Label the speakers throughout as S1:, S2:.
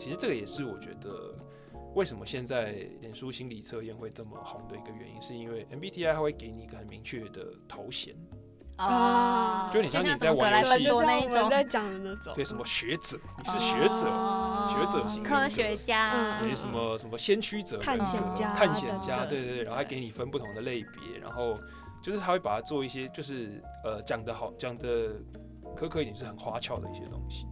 S1: 其实这个也是我觉得为什么现在脸书心理测验会这么红的一个原因，是因为 MBTI 它会给你一个很明确的头衔。就你像你在玩游戏，
S2: 就像我们在讲的那种，
S1: 对，什么学者，你是学者，学者型
S3: 科学家，
S1: 什么先驱者、
S2: 探险家，
S1: 对，然后还给你分不同的类别，然后就是他会把它做一些，就是讲的苛刻一点，是很花俏的一些东西。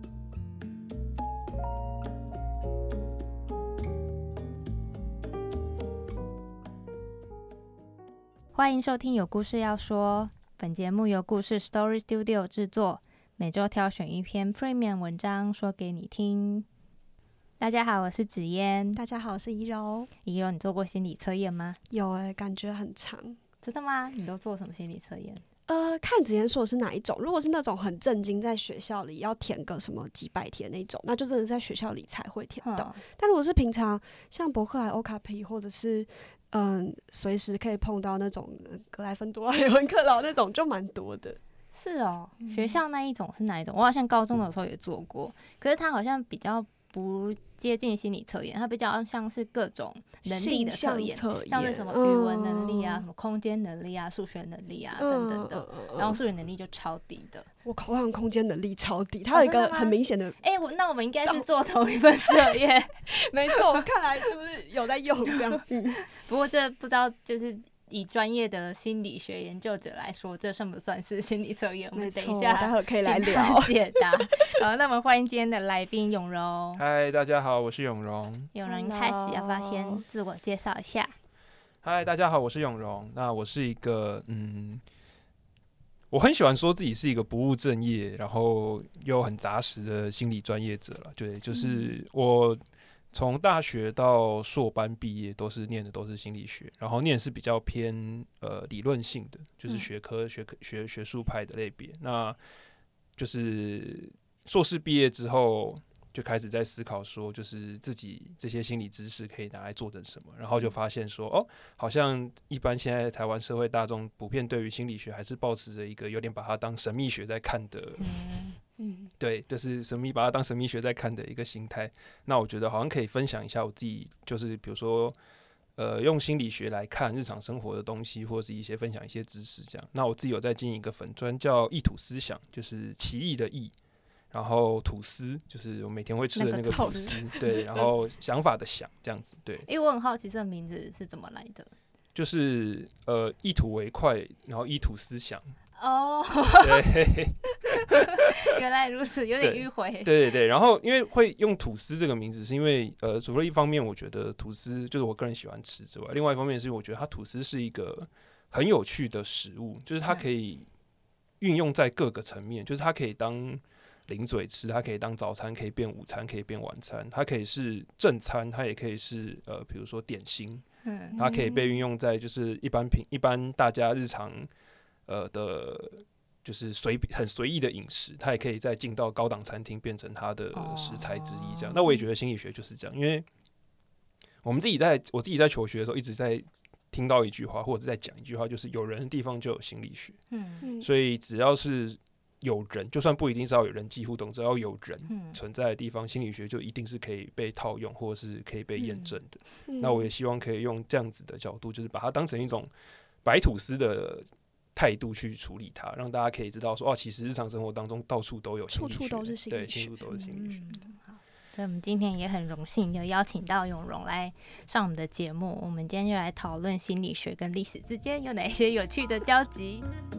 S3: 欢迎收听有故事要说，本节目由故事 Story Studio 制作，每周挑选一篇 Premium 文章说给你听。大家好，我是芷嫣。
S2: 大家好，我是怡柔。
S3: 怡柔，你做过心理测验吗？
S2: 有感觉很长。
S3: 真的吗？你都做什么心理测验？
S2: 看芷嫣说的是哪一种？如果是那种很震惊，在学校里要填个什么几百题那种，那就真的在学校里才会填到。但如果是平常像伯克莱、欧卡皮，或者是随时可以碰到那种格莱芬多、海文克劳那种，就蛮多的。
S3: 是哦，学校那一种是哪一种？我好像高中的时候也做过，可是它好像比较不接近心理测验，它比较像是各种能力的测验，像是什么语文能力啊、什么空间能力啊、数学能力啊等等的。然后数学能力就超低的。
S2: 我考上空间能力超低，它有一个很明显的。
S3: 那我们应该是做同一份测验。
S2: 没错，看来就是有在用这样。
S3: 不过这不知道就是以专业的心理学研究者来说，这算不算是心理测验？我们等一下
S2: 待会可以来聊
S3: 解答。好，那我们欢迎今天的来宾永荣。
S1: 嗨，大家好，我是永荣。
S3: 永荣，一开始要不要先自我介绍一下？
S1: 嗨，大家好，我是永荣。那我是一个我很喜欢说自己是一个不务正业，然后又很杂实的心理专业者啦。对，就是我从大学到硕班毕业，念的都是心理学，然后念的是比较偏理论性的，就是学科学术派的类别。那就是硕士毕业之后，就开始在思考说，就是自己这些心理知识可以拿来做成什么，然后就发现说，好像一般现在台湾社会大众普遍对于心理学还是抱持着一个有点把它当神秘学在看的，对，就是把它当神秘学在看的一个心态。那我觉得好像可以分享一下我自己，就是比如说，用心理学来看日常生活的东西，或者是分享一些知识这样。那我自己有在经营一个粉专叫意吐司想，就是奇异的异。然后吐司就是我每天会吃的那个吐司，对，然后想法的想这样子，对。
S3: 我很好奇这个名字是怎么来的？
S1: 就是一吐为快，然后意吐司想。
S3: 对，原来如此，有点迂回。
S1: 对，然后因为会用吐司这个名字，是因为除了一方面我觉得吐司就是我个人喜欢吃之外，另外一方面是我觉得它吐司是一个很有趣的食物，就是它可以运用在各个层面，就是它可以当零嘴吃，它可以当早餐，可以变午餐，可以变晚餐，它可以是正餐，它也可以是比如说点心，它可以被运用在就是一般大家日常的，就是很随意的饮食，它也可以再进到高档餐厅变成它的食材之一这样。那我也觉得心理学就是这样，因为我自己在求学的时候一直在听到一句话，或者是在讲一句话，就是有人的地方就有心理学，所以只要是有人，就算不一定是要有人际互动，只要有人存在的地方，心理学就一定是可以被套用，或者是可以被验证的。那我也希望可以用这样子的角度，就是把它当成一种白吐司的态度去处理它，让大家可以知道说，其实日常生活当中到处都有心理学，
S2: 处处都是心理学，
S1: 对，处处都是心理学。
S3: 好，所以我们今天也很荣幸，就邀请到永荣来上我们的节目。我们今天就来讨论心理学跟历史之间有哪些有趣的交集。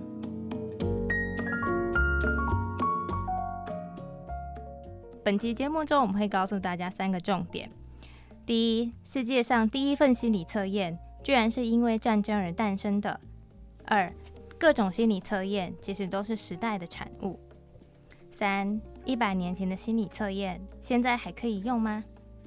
S3: 本期节目中，我们会告诉大家3个重点。第一，世界上第一份心理测验居然是因为战争而诞生的。2，各种心理测验其实都是时代的产物。3， 100年前的心理测验现在还可以用吗？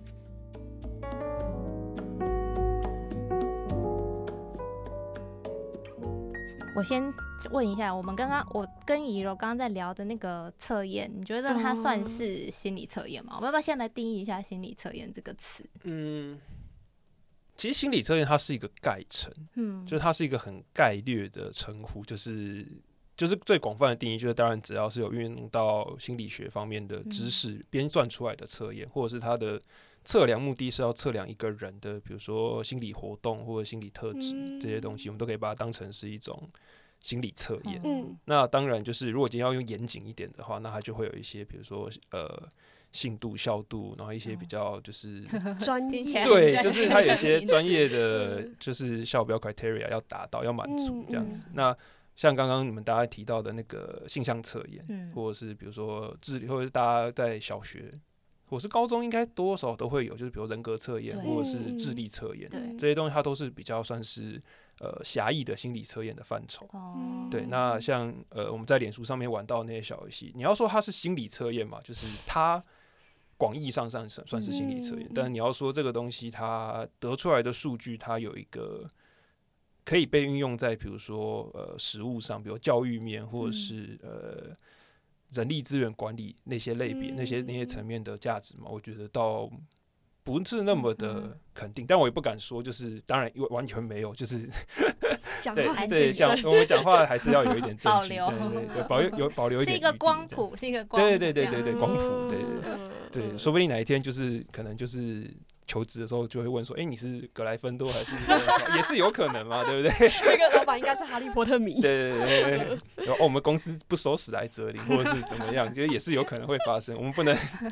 S3: 我先问一下，我跟怡柔刚刚在聊的那个测验，你觉得它算是心理测验吗？我们要不要先来定义一下心理测验这个词？
S1: 其实心理测验它是一个概称，就是它是一个很概略的称呼，就是就是最广泛的定义，就是当然只要是有运用到心理学方面的知识编撰出来的测验，或者是它的测量目的是要测量一个人的，比如说心理活动或者心理特质这些东西，我们都可以把它当成是一种心理测验。那当然就是如果今天要用严谨一点的话，那它就会有一些，比如说信度、效度，然后一些比较就是
S2: 专业，
S1: 对，就是它有一些专业的就是效标 criteria 要达到，要满足这样子。那像刚刚你们大家提到的那个性向测验，或者是比如说智力，或者是大家在小学或是高中应该多少都会有，就是比如人格测验或者是智力测验，这些东西它都是比较算是狭义的心理测验的范畴。对，那像我们在脸书上面玩到那些小游戏，你要说它是心理测验嘛，就是它广义上算是心理测验，但你要说这个东西它得出来的数据，它有一个可以被运用在比如说实务上，比如教育面或者是人力资源管理那些类别、那些层面的价值嘛，我觉得倒不是那么的肯定，但我也不敢说，就是当然完全没有，就是对我们讲话还是要有一点证据，对，保留一点，
S3: 是一个光谱，是一个光谱，
S1: 对，光谱，对，说不定哪一天就是可能就是求职的时候就会问说，你是格莱芬多还是也是有可能嘛，对不对？
S2: 那个老板应该是哈利波特迷，
S1: 对，我们公司不收史莱哲林，或者是怎么样，就也是有可能会发生，我们不能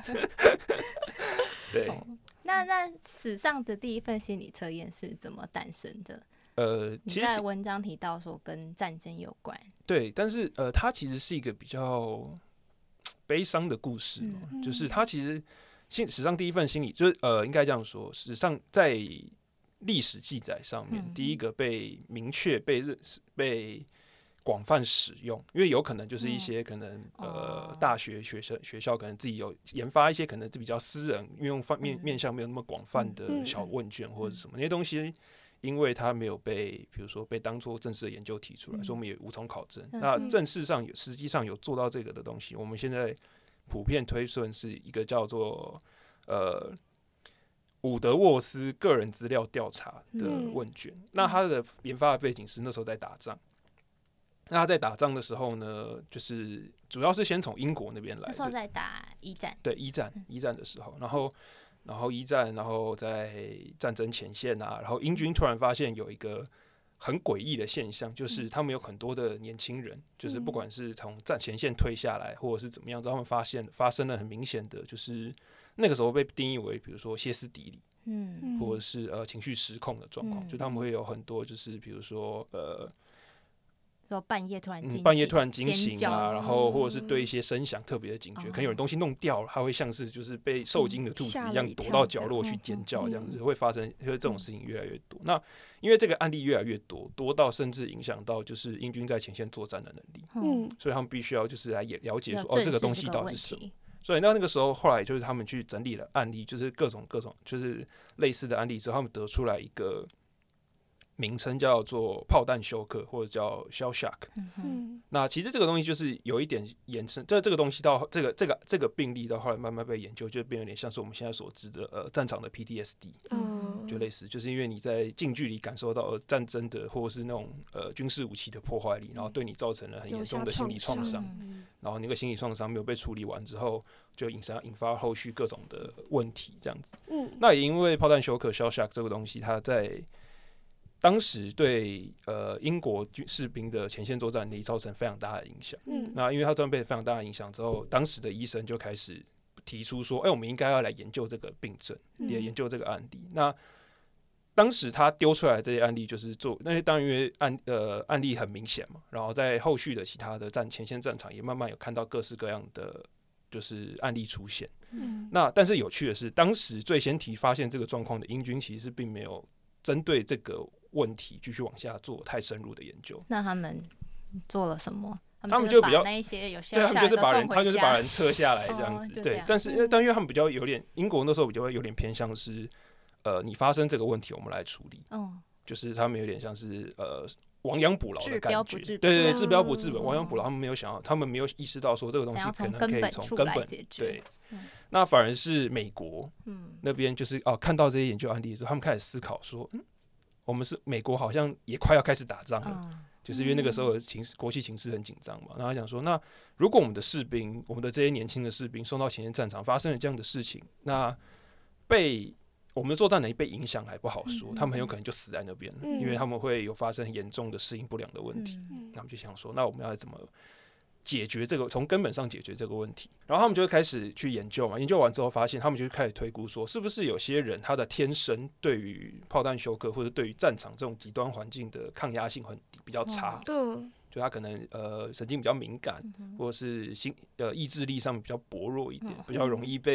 S1: 对。
S3: 那史上的第一份心理测验是怎么诞生的？你在文章提到说跟战争有关，
S1: 对，但是它其实是一个比较悲伤的故事，就是它其实史上第一份心理，就是应该这样说，史上在历史记载上面，第一个被明确被广泛使用，因为有可能就是一些可能大学学校可能自己有研发一些可能比较私人运用面向没有那么广泛的小问卷或者什么那些东西，因为它没有被比如说被当作正式的研究提出来，所以我们也无从考证。那正式上实际上有做到这个的东西，我们现在普遍推论是一个叫做伍德沃斯个人资料调查的问卷。那他的研发的背景是那时候在打仗。那他在打仗的时候呢，就是主要是先从英国那边来的。
S3: 那时候在打一战。
S1: 对，一战的时候，然后一战，然后在战争前线啊，然后英军突然发现有一个很诡异的现象，就是他们有很多的年轻人，就是不管是从战前线退下来，或者是怎么样，他们发生了很明显的，就是那个时候被定义为，比如说歇斯底里，或者是情绪失控的状况，就他们会有很多，就是比如说
S3: 半夜突然
S1: 惊醒啊，然后或者是对一些声响特别的警觉，可能有人东西弄掉了，他会像是就是被受惊的兔子一样躲到角落去尖叫，这样子会发生，因为这种事情越来越多。那因为这个案例越来越多到甚至影响到就是英军在前线作战的能力，所以他们必须要就是来了解说这个东西到底是什么。所以那个时候后来就是他们去整理了案例，就是各种就是类似的案例之后，他们得出来一个名称叫做炮弹休克，或者叫 shell shock。那其实这个东西就是有一点延伸，这个东西到这个病例到后来慢慢被研究，就变有点像是我们现在所知的战场的 PTSD，就类似，就是因为你在近距离感受到战争的或者是那种军事武器的破坏力，然后对你造成了很严重的心理创伤，然后那个心理创伤没有被处理完之后，就引发后续各种的问题，这样子。那也因为炮弹休克 shell shock 这个东西，它在当时对英国士兵的前线作战力造成非常大的影响。那因为它这样被非常大的影响之后，当时的医生就开始提出说，我们应该要来研究这个病症，也研究这个案例。那当时他丢出来的这些案例，就是那些当然因为案例很明显嘛，然后在后续的其他的前线战场也慢慢有看到各式各样的就是案例出现。那但是有趣的是，当时最先发现这个状况的英军其实并没有针对这个问题继续往下做太深入的研究。
S3: 那他们做了什么？
S1: 他们就比较
S3: 那一些有
S1: 对，他们就是把人撤下来这样子。对，但因为他们比较有点，英国那时候比较有点偏向是你发生这个问题我们来处理。就是他们有点像是亡羊补牢的感觉。对，治标不治本，亡羊补牢。他们没有意识到说这个东西可能可以从根本解决。对，那反而是美国那边就是看到这些研究案例之后，他们开始思考说，我们是美国好像也快要开始打仗了。 就是因为那个时候的国际情势很紧张嘛。然后他讲说，那如果我们的士兵，我们的这些年轻的士兵送到前线战场，发生了这样的事情，那我们的作战能力被影响还不好说，他们很有可能就死在那边了，因为他们会有发生很严重的适应不良的问题。那我们就想说，那我们要怎么解决这个，从根本上解决这个问题？然后他们就会开始去研究嘛，研究完之后发现，他们就开始推估说，是不是有些人他的天生对于炮弹休克或者对于战场这种极端环境的抗压性比较差。就他可能神经比较敏感，或者是意志力上面比较薄弱一点，比较容易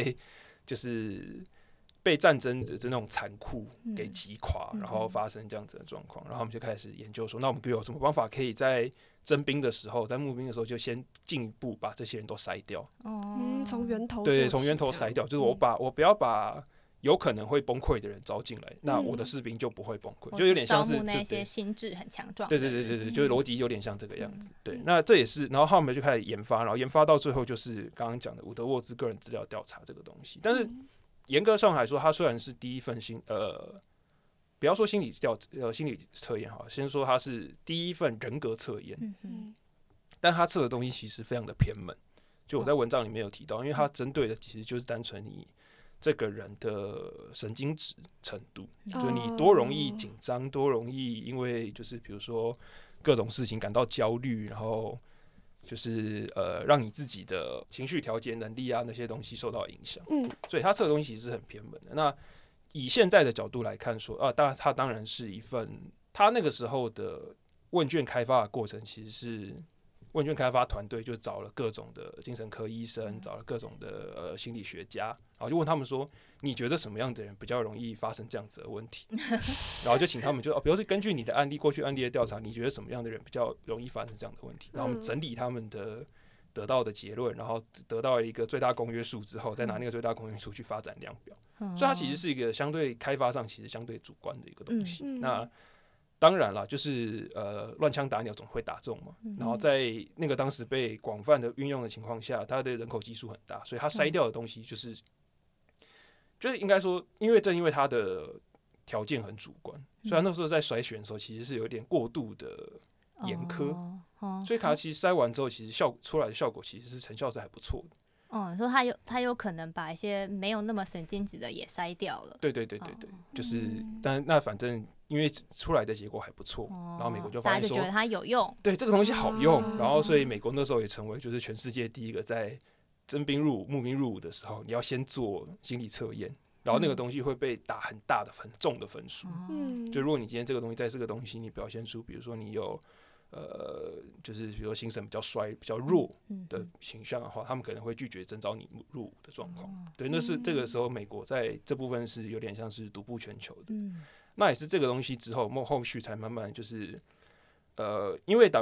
S1: 被战争的那种残酷给击垮，然后发生这样子的状况。然后他们就开始研究说，那我们有什么方法可以在征兵的时候，在募兵的时候就先进一步把这些人都筛掉。
S2: 从源头
S1: 对，从源头筛掉，就是我不要把有可能会崩溃的人招进来，那我的士兵就不会崩溃，就有点像是
S3: 招募那些心智很强壮。
S1: 对，就是逻辑有点像这个样子。对，那这也是，然后他们就开始研发，然后研发到最后就是刚刚讲的伍德沃兹个人资料调查这个东西。但是严格上来说，它虽然是第一份不要说心理测验好，先说它是第一份人格测验。但它测的东西其实非常的偏门，就我在文章里面有提到，因为它针对的其实就是单纯你这个人的神经质程度，就是你多容易紧张，多容易因为就是比如说各种事情感到焦虑，然后就是让你自己的情绪调节能力啊那些东西受到影响。所以他测的东西其实是很偏门的。那以现在的角度来看说，他当然是一份他那个时候的问卷开发的过程，其实是问卷开发团队就找了各种的精神科医生，找了各种的心理学家，然后就问他们说，你觉得什么样的人比较容易发生这样子的问题？然后就请他们比如说根据你的过去案例的调查，你觉得什么样的人比较容易发生这样的问题？然后我们整理他们的得到的结论，然后得到一个最大公约数之后，再拿那个最大公约数去发展量表。所以它其实是一个相对开发上其实相对主观的一个东西。那当然啦，就是乱枪打鸟总会打中嘛。然后在那个当时被广泛的运用的情况下，它的人口基数很大，所以它筛掉的东西就是应该说，因为它的条件很主观，所以它那时候在筛选的时候其实是有点过度的严苛。所以它其实筛完之后，其实出来的效果其实是成效是还不错的。
S3: 你说他有可能把一些没有那么神经质的也筛掉了。
S1: 对，就是但那反正因为出来的结果还不错，然后美国就发现说，
S3: 大家就觉得它有用，
S1: 对这个东西好用，然后所以美国那时候也成为就是全世界第一个在征兵入伍、募兵入伍的时候，你要先做心理测验，然后那个东西会被打很大的很重的分数。就如果你今天这个东西在这个东西你表现出，比如说你有就是比如说精神比较衰、比较弱的形象的话，他们可能会拒绝征召你入伍的状况。对，那是这个时候美国在这部分是有点像是独步全球的。那也是这个东西之后，后续才慢慢就是因为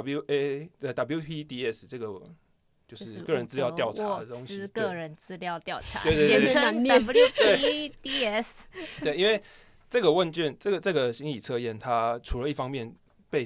S1: WPDS 这个就是个人资料调查的东西，
S3: 个人资料调查，
S1: 简
S3: 称 WPDS。
S1: 对，因为这个问卷，这个心理测验，它除了一方面被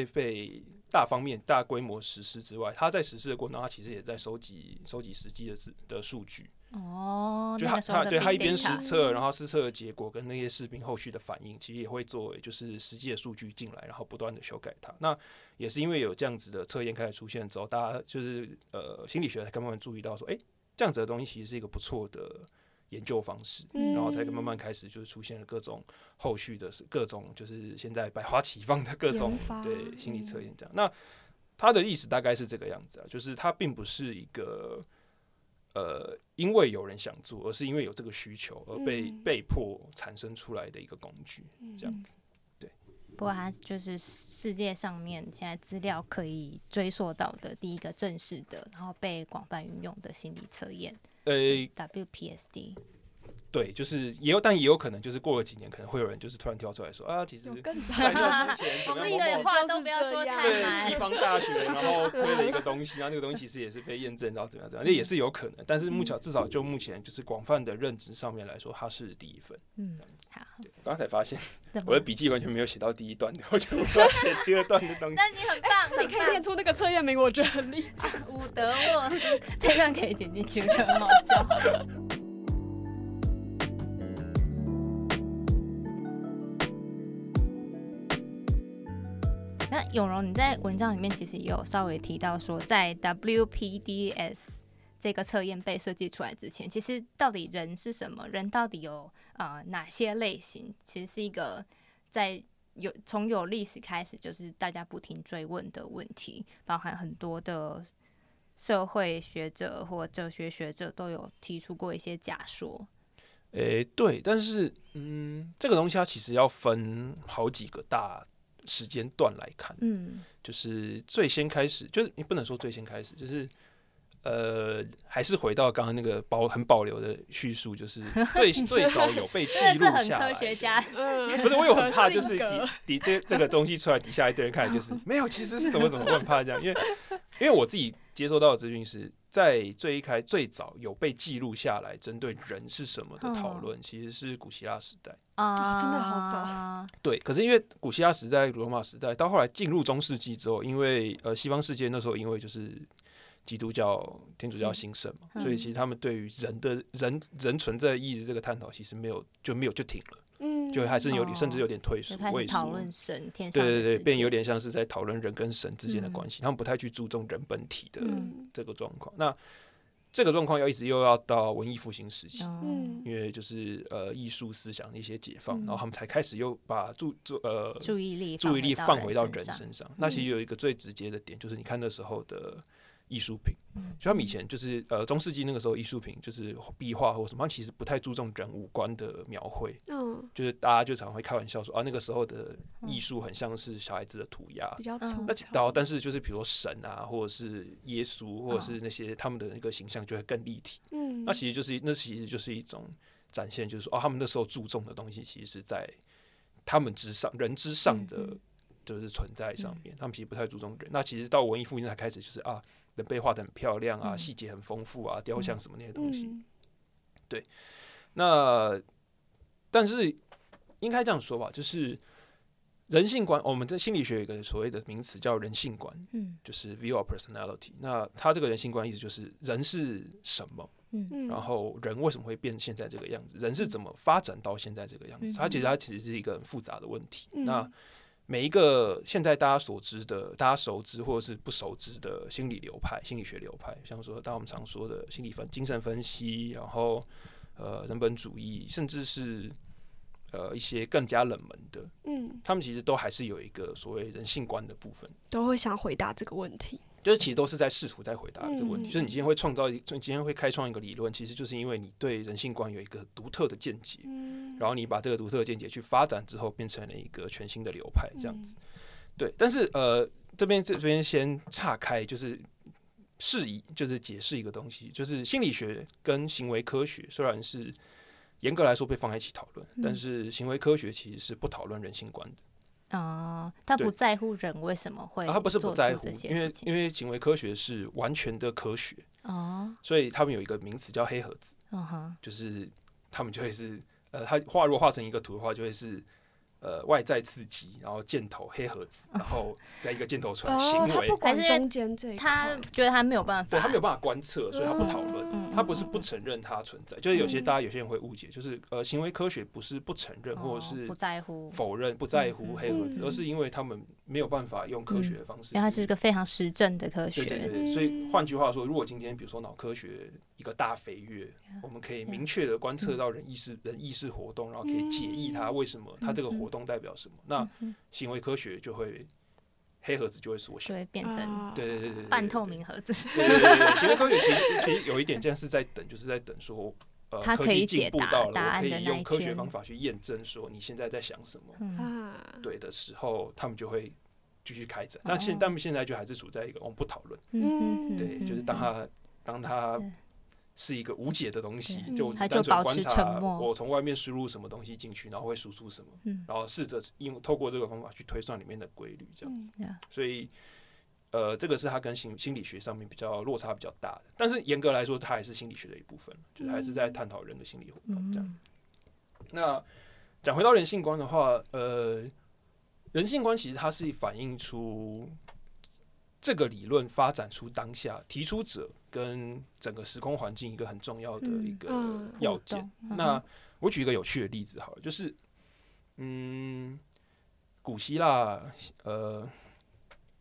S1: 大规模实施之外，它在实施的过程中，它其实也在收集实际的数据。就他一边施测，然后施测的结果跟那些士兵后续的反应，其实也会作为就是实际的数据进来，然后不断的修改它。那也是因为有这样子的测验开始出现之后，大家就是心理学才慢慢注意到说，这样子的东西其实是一个不错的研究方式，然后才慢慢开始就是出现了各种后续的各种就是现在百花齐放的各种对心理测验这样。那它的历史大概是这个样子啊，就是它并不是一个因为有人想做，而是因为有这个需求而被迫产生出来的一个工具，这样子。对。
S3: 不过它就是世界上面现在资料可以追溯到的第一个正式的，然后被广泛运用的心理测验。WPSD。
S1: 对，就是但也有可能就是过了几年，可能会有人就是突然跳出来说啊，其实在那之前，
S3: 我们一个话都不要说太满。
S1: 地方大学，然后推了一个东西，然后那个东西其实也是被验证，然后怎么样，那也是有可能。但是至少就目前就是广泛的认知上面来说，它是第一份。
S3: 好。
S1: 刚才发现我的笔记完全没有写到第一段的，我全部都写第二段的东西。
S3: 但你很棒，
S2: 你可以念出那个测验名，我觉得很厉害。
S3: 伍德沃斯，这段可以剪进去，很好笑。那永荣，你在文章里面其实也有稍微提到说，在 WPDS 这个测验被设计出来之前，其实到底人是什么？人到底有哪些类型？其实是一个从有历史开始，就是大家不停追问的问题，包含很多的社会学者或哲学学者都有提出过一些假说。
S1: 对，但是这个东西它其实要分好几个大时间段来看。就是最先开始，就是你不能说最先开始，就是还是回到刚刚那个很保留的叙述，就是最早有被记录下来。
S3: 这是很科学家，
S1: 不是我有很怕，就是这个东西出来，底下一堆人看就是没有，其实是什么什么，我很怕这样，因为我自己接收到的资讯是在最早有被记录下来，针对人是什么的讨论，其实是古希腊时代
S2: 真的好早。
S1: 对，可是因为古希腊时代、罗马时代到后来进入中世纪之后，因为西方世界那时候因为就是基督教、天主教兴盛嘛，所以其实他们对于人存在意义的这个探讨，其实就停了，就还是甚至有点退缩，
S3: 开始讨论神、天上的世界，
S1: 对，变有点像是在讨论人跟神之间的关系，他们不太去注重人本体的这个状况。那这个状况又要到文艺复兴时期，因为就是艺术思想的一些解放，然后他们才开始又把注意力放回到人身上。那其实有一个最直接的点，就是你看那时候的艺术品，就他们以前就是中世纪那个时候艺术品就是壁画或什么，他们其实不太注重人五官的描绘，就是大家就常会开玩笑说那个时候的艺术很像是小孩子的涂鸦，
S2: 比较粗糙。
S1: 但是就是比如说神啊，或者是耶稣，或者是那些他们的那个形象就会更立体。那其实就是一种展现，就是说他们那时候注重的东西，其实是在他们之上、人之上的。就是存在上面，他们其实不太注重人。那其实到文艺复兴才开始，就是人被画得很漂亮啊，细节很丰富啊，雕像什么那些东西。对，那但是应该这样说吧，就是人性观，我们在心理学有一个所谓的名词叫人性观，就是 view of personality。那它这个人性观意思就是人是什么，然后人为什么会变现在这个样子，人是怎么发展到现在这个样子。它其实是一个很复杂的问题。那每一个现在大家熟知或者是不熟知的心理学流派，像说我们常说的精神分析，然后人本主义，甚至是一些更加冷门的，他们其实都还是有一个所谓人性观的部分，
S2: 都会想回答这个问题。
S1: 就是其实都是在试图在回答这个问题，就是你今天会开创一个理论，其实就是因为你对人性观有一个独特的见解，然后你把这个独特的见解去发展之后，变成了一个全新的流派这样子。对，但是这边先岔开，就是就是解释一个东西，就是心理学跟行为科学虽然是严格来说被放在一起讨论，但是行为科学其实是不讨论人性观的。
S3: 他不在乎人为什么会
S1: 他不是不在乎，因为行为科学是完全的科学，所以他们有一个名词叫黑盒子，就是他们就会是他如果画成一个图的话，就会是外在刺激，然后箭头黑盒子，然后在一个箭头出来行为，
S2: 他不管中间这一块，
S3: 他觉得他没有办法，
S1: 对他没有办法观测，所以他不讨论。他不是不承认它存在，就是有些人会误解，就是行为科学不是不承认或者是
S3: 不在乎、
S1: 否认、不在乎黑盒子，而是因为他们没有办法用科学的方式，
S3: 因为它是一个非常实证的科学。
S1: 对，所以换句话说，如果今天比如说脑科学一个大飞跃，我们可以明确的观测到人意识活动，然后可以解译它为什么它这个活动代表什么，那行为科学就会。黑盒子就会缩小，
S3: 就会变成
S1: 对
S3: 半透明盒子。
S1: 对，行为科学其实有一点，这样是在等，就是在等说，
S3: 它可以解答
S1: 答案的那一天，我可以用科学方法去验证说你现在在想什么，对的时候，他们就会继续开展。但现在就还是处在一个我们不讨论，对，就是当他是一个无解的东西，就单纯观察我从外面输入什么东西进去，然后会输出什么，然后试着透过这个方法去推算里面的规律，这样子。所以这个是它跟心理学上面落差比较大的，但是严格来说，它还是心理学的一部分，就是还是在探讨人的心理活动这样。那讲回到人性观的话，人性观其实它是反映出这个理论发展出当下提出者跟整个时空环境一个很重要的一个要件。那我举一个有趣的例子好了，就是古希腊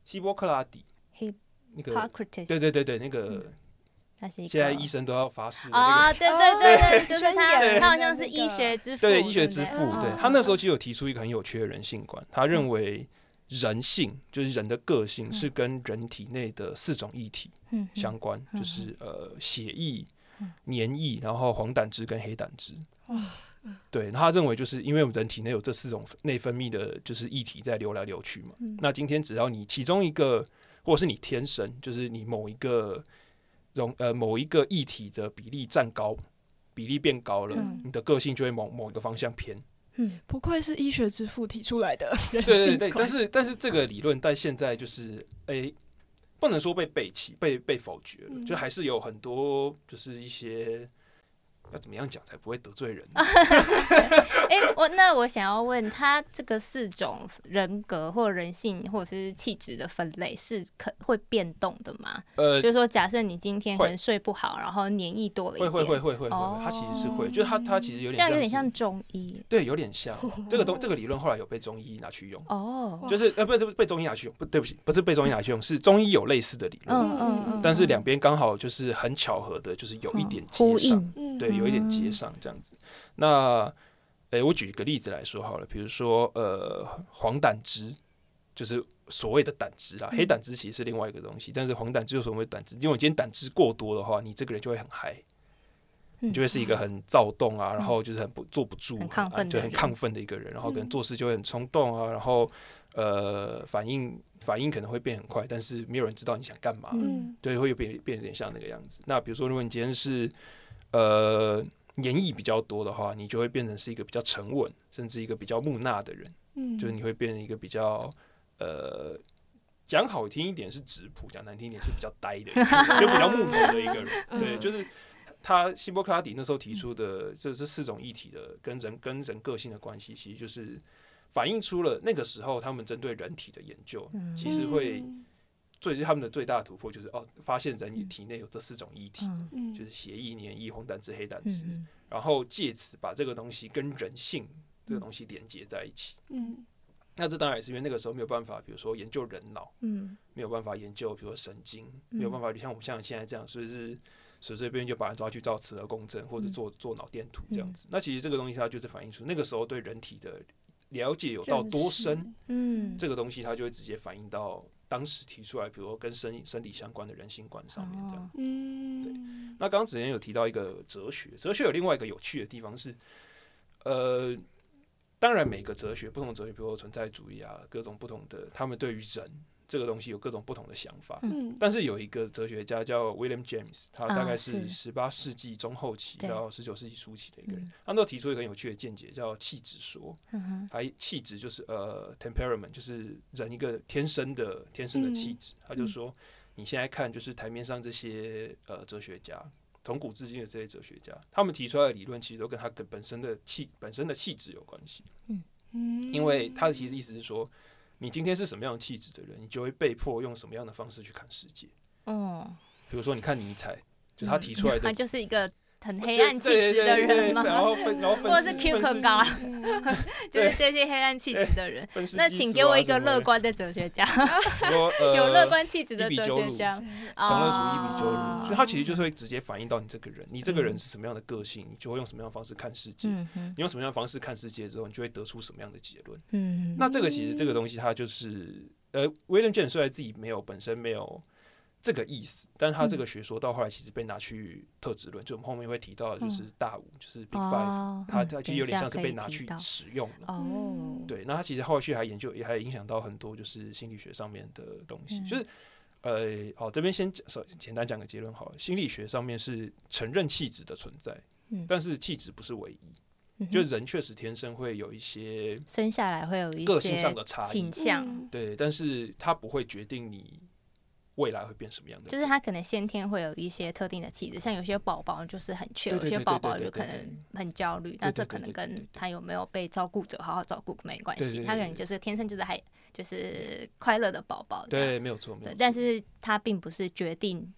S1: 希波克拉底那个，对，那个。
S3: 他是一个
S1: 现在医生都要发誓的那
S3: 个对，就是他好像是医学之父，
S1: 对，医学之父，对，他那时候其实有提出一个很有趣的人性观，他认为人性就是人的个性是跟人体内的4种液体相关，就是血液、黏液，然后黄胆汁跟黑胆汁。对，然后他认为就是因为我们人体内有这4种内分泌的，就是液体在流来流去嘛。那今天只要你其中一个，或者是你天生就是你某一个液体的比例变高了，你的个性就会某一个方向偏。
S2: 不愧是医学之父提出来的人
S1: 性
S2: 观。
S1: 对，但是这个理论在现在就是不能说被背弃、被否决了，就还是有很多就是一些。要怎么样讲才不会得罪人？
S3: 那我想要问他，这个4种人格或人性或者是气质的分类是会变动的吗？就是说，假设你今天可能睡不好，然后黏液多了一点，
S1: 会，他其实是会，就是他其实有点
S3: 这样有点像中医，
S1: 对，有点像。这个理论后来有被中医拿去用，就是不是被中医拿去用，对不起，不是被中医拿去用，是中医有类似的理论，但是两边刚好就是很巧合的，就是有一点接上，对，有一点接上这样子。那我举一个例子来说好了，比如说黄胆汁，就是所谓的胆汁啦，黑胆汁其实是另外一个东西，但是黄胆汁就是所谓的胆汁，因为你今天胆汁过多的话，你这个人就会很嗨，你就会是一个很躁动啊，然后就是坐不住，很亢奋的一个人，然后可能做事就会很冲动啊，然后反应可能会变很快，但是没有人知道你想干嘛，对，会变有点像那个样子。那比如说，如果你今天是黏液比较多的话，你就会变成是一个比较沉稳，甚至一个比较木讷的人，就是你会变成一个比较讲好听一点是质朴，讲难听一点是比较呆的一个人，就比较木头的一个人。对，就是他希波克拉底那时候提出的这4种液体的跟人个性的关系，其实就是反映出了那个时候他们针对人体的研究，其实会。他们的最大的突破就是发现人体内有这4种液体，就是血液、黏液、黄胆汁、黑胆汁，然后借此把这个东西跟人性这个东西连接在一起。那这当然也是因为那个时候没有办法，比如说研究人脑，没有办法研究比如说神经，没有办法像我们现在这样，所以是随随便便就把人抓去照磁核共振或者做脑电图这样子。那其实这个东西它就是反映出那个时候对人体的了解有到多深，这个东西它就会直接反映到当时提出来，比如说跟生理相关的人性观上面这样子。对。那刚刚子妍有提到一个哲学有另外一个有趣的地方是，当然每个哲学不同的哲学，比如说存在主义啊，各种不同的，他们对于人这个东西有各种不同的想法。但是有一个哲学家叫 William James， 他大概是18世纪中后期到19世纪初期的一个人，他都提出一个很有趣的见解，叫气质说。气质就是temperament， 就是人一个天生的气质。他就说，你现在看就是台面上这些哲学家，从古至今的这些哲学家，他们提出来的理论其实都跟他本身的气质有关系。因为他的意思是说，你今天是什么样的气质的人，你就会被迫用什么样的方式去看世界。比如说你看尼采，就他提出来的，
S3: 他就是一个很黑暗气质的人吗？
S1: 然后
S3: 或者是 Kierkegaard， 就是这些黑暗气质的人。那请给我一个乐观的哲学家，有乐观气质的哲学家，
S1: 享乐主义比鸠鲁。所以他其实就是会直接反映到你这个人，你这个人是什么样的个性，你就会用什么样的方式看世界。你用什么样的方式看世界之后，你就会得出什么样的结论。那这个其实这个东西，它就是William James 虽然自己本身没有这个意思，但是他这个学说到后来其实被拿去特质论，就我们后面会提到的就是大5，就是 Big Five，它其实有点像是被拿去使用了。对，那他其实后续还研究，也还影响到很多就是心理学上面的东西。就是这边先简单讲个结论好了。心理学上面是承认气质的存在，但是气质不是唯一。就人确实天生会有一些
S3: 生下来会有一些
S1: 个性上的差异
S3: 倾向，
S1: 对，但是它不会决定你未来会变什么样的，
S3: 就是他可能先天会有一些特定的气质，像有些宝宝就是很 chill， 有些宝宝就可能很焦虑，那这可能跟他有没有被照顾者好好照顾没关系，他可能就是天生就是快乐的宝宝，
S1: 对，没有错，
S3: 对，但是他并不是决定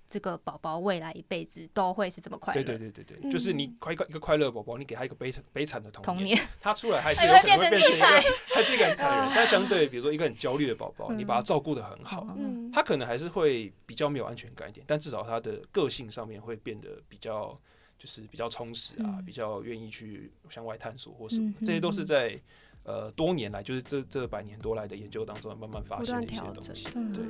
S3: 这个宝宝未来一辈子都会是这么快乐。
S1: 对，就是你一个快乐的宝宝，你给他一个悲惨的童年，他出来还是有可能会变成一个还是一个很残忍。但相对比如说一个很焦虑的宝宝，你把他照顾得很好，他可能还是会比较没有安全感一点，但至少他的个性上面会变得比较充实啊，比较愿意去向外探索或什么，这些都是在多年来，就是这100年多来的研究当中慢慢发现的一些东西。对。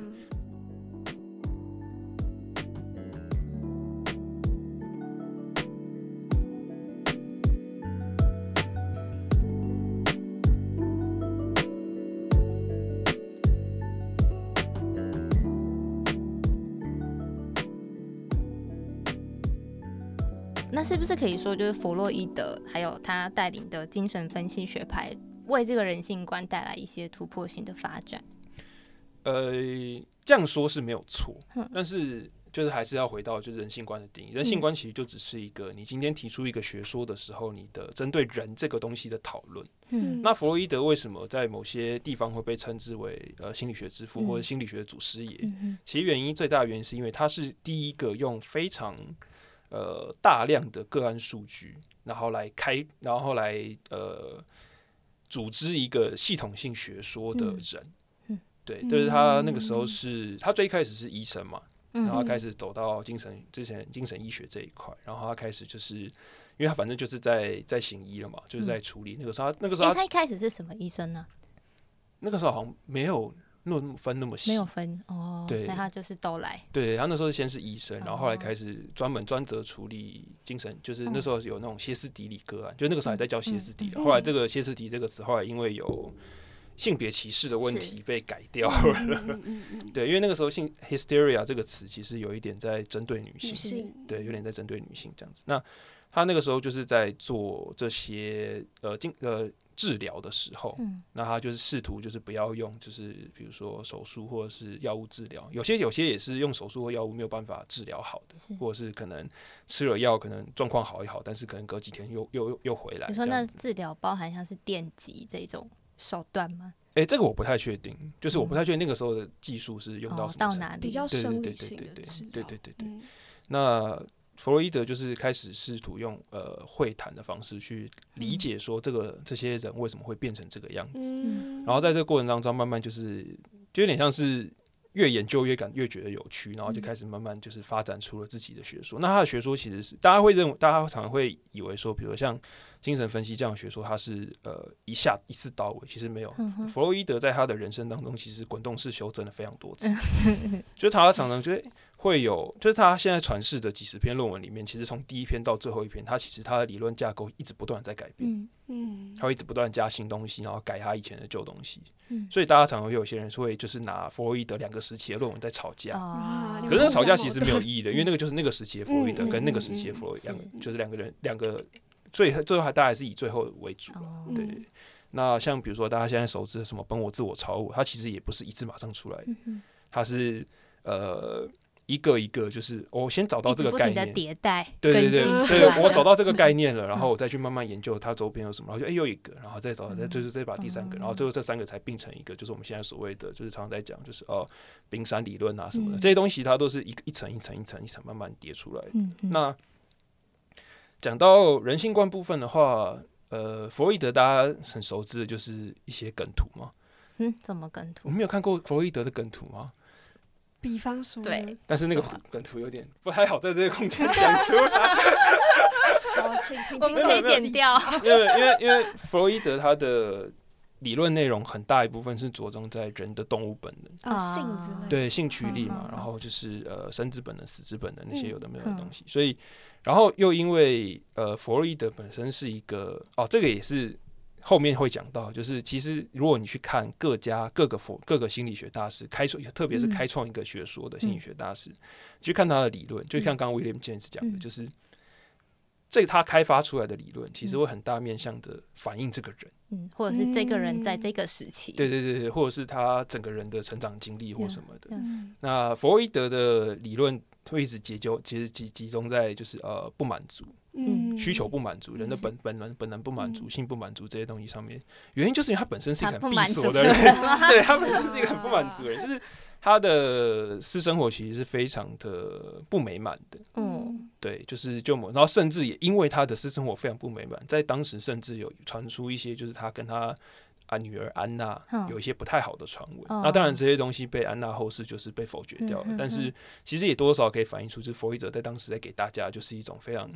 S3: 那是不是可以说，就是弗洛伊德还有他带领的精神分析学派，为这个人性观带来一些突破性的发展？
S1: 这样说是没有错，但是就是还是要回到就是人性观的定义。人性观其实就只是一个你今天提出一个学说的时候，你的针对人这个东西的讨论。那弗洛伊德为什么在某些地方会被称之为心理学之父或者心理学的祖师爷？其实最大的原因是因为他是第一个用非常大量的个案数据，然后来组织一个系统性学说的人。对，就是他那个时候他最一开始是医生嘛，然后他开始走到精神医学这一块，然后他开始就是因为他反正就是在行医了嘛，就是在处理那个时候
S3: 他一开始是什么医生呢？
S1: 那个时候好像没有分那么细，
S3: 没有分哦，所以他就是都来。
S1: 对，他那时候先是医生，然后后来开始专责处理精神，就是那时候有那种歇斯底里个案，就那个时候还在叫歇斯底里。后来这个歇斯底里这个词，后来因为有性别歧视的问题被改掉了。对，因为那个时候hysteria 这个词其实有一点在针对女性，对，有点在针对女性这样子。那他那个时候就是在做这些治疗的时候，那他就是试图就是不要用就是比如说手术或者是药物治疗，有些也是用手术或药物没有办法治疗好的，或者是可能吃了药可能状况好一好，但是可能隔几天又回来。
S3: 你说那治疗包含像是电击这种手段吗？
S1: 这个我不太确定，就是我不太确定那个时候的技术是用到什么
S3: 到哪里，
S2: 比较生理性的治疗。
S1: 对。那弗洛伊德就是开始试图用会谈的方式去理解说这些人为什么会变成这个样子，然后在这个过程当中慢慢就有点像是越研究越觉得有趣，然后就开始慢慢就是发展出了自己的学说。那他的学说其实是大家常常会以为说，比如像精神分析这样的学说，它是一次到位，其实没有。弗洛伊德在他的人生当中，其实滚动式修正了非常多次，就是他常常觉得会有，就是他现在传世的几十篇论文里面，其实从第一篇到最后一篇，其实他的理论架构一直不断在改变，他会一直不断加新东西，然后改他以前的旧东西，所以大家常常会有些人会就是拿弗洛伊德2个时期的论文在吵架，可是那个吵架其实没有意义的，因为那个就是那个时期的弗洛伊德跟那个时期的弗洛伊德，就是两个，最后大家还是以最后为主了，对。那像比如说大家现在熟知的什么本我、自我、超我，它其实也不是一次马上出来的，它是一个一个，就是我先找到这个概念，
S3: 不停的迭代，
S1: 对，我找到这个概念了，然后我再去慢慢研究它周边有什么，然后就又一个，然后再找，再把第3个，然后最后这3个才并成一个，就是我们现在所谓的，就是常常在讲，就是冰山理论啊什么的，这些东西它都是一层一层慢慢叠出来的。那讲到人性观部分的话，弗洛伊德大家很熟知的就是一些梗图嘛。
S3: 怎么梗图？
S1: 你没有看过弗洛伊德的梗图吗？
S2: 比方说，
S3: 对，
S1: 但是那个梗图有点不太好在这个空间讲出来。
S3: 我们可以剪掉。
S1: 因为弗洛伊德他的理论内容很大一部分是着重在人的动物本能，
S2: 性之类的，
S1: 对，性驱力嘛，然后就是生之本能、死之本能那些有的没有的东西，所以然后又因为弗洛伊德本身是一个这个也是后面会讲到，就是其实如果你去看各个心理学大师特别是开创一个学说的心理学大师，去看他的理论，就像刚刚William James讲的，就是他开发出来的理论，其实会很大面向的反映这个人，
S3: 或者是这个人在这个时期，
S1: 对，或者是他整个人的成长经历或什么的。那弗洛伊德的理论会一直集中在就是不满足。需求不满足，人的本能不满足，性不满足这些东西上面，原因就是因为他本身是一个很闭锁的人，对，他本身是一个很不满足的人，就是他的私生活其实是非常的不美满的。对，然后甚至也因为他的私生活非常不美满，在当时甚至有传出一些就是他跟他女儿安娜有一些不太好的传闻。那当然这些东西被安娜后世就是被否决掉了，但是其实也多少可以反映出，就是弗洛伊德在当时在给大家就是一种非常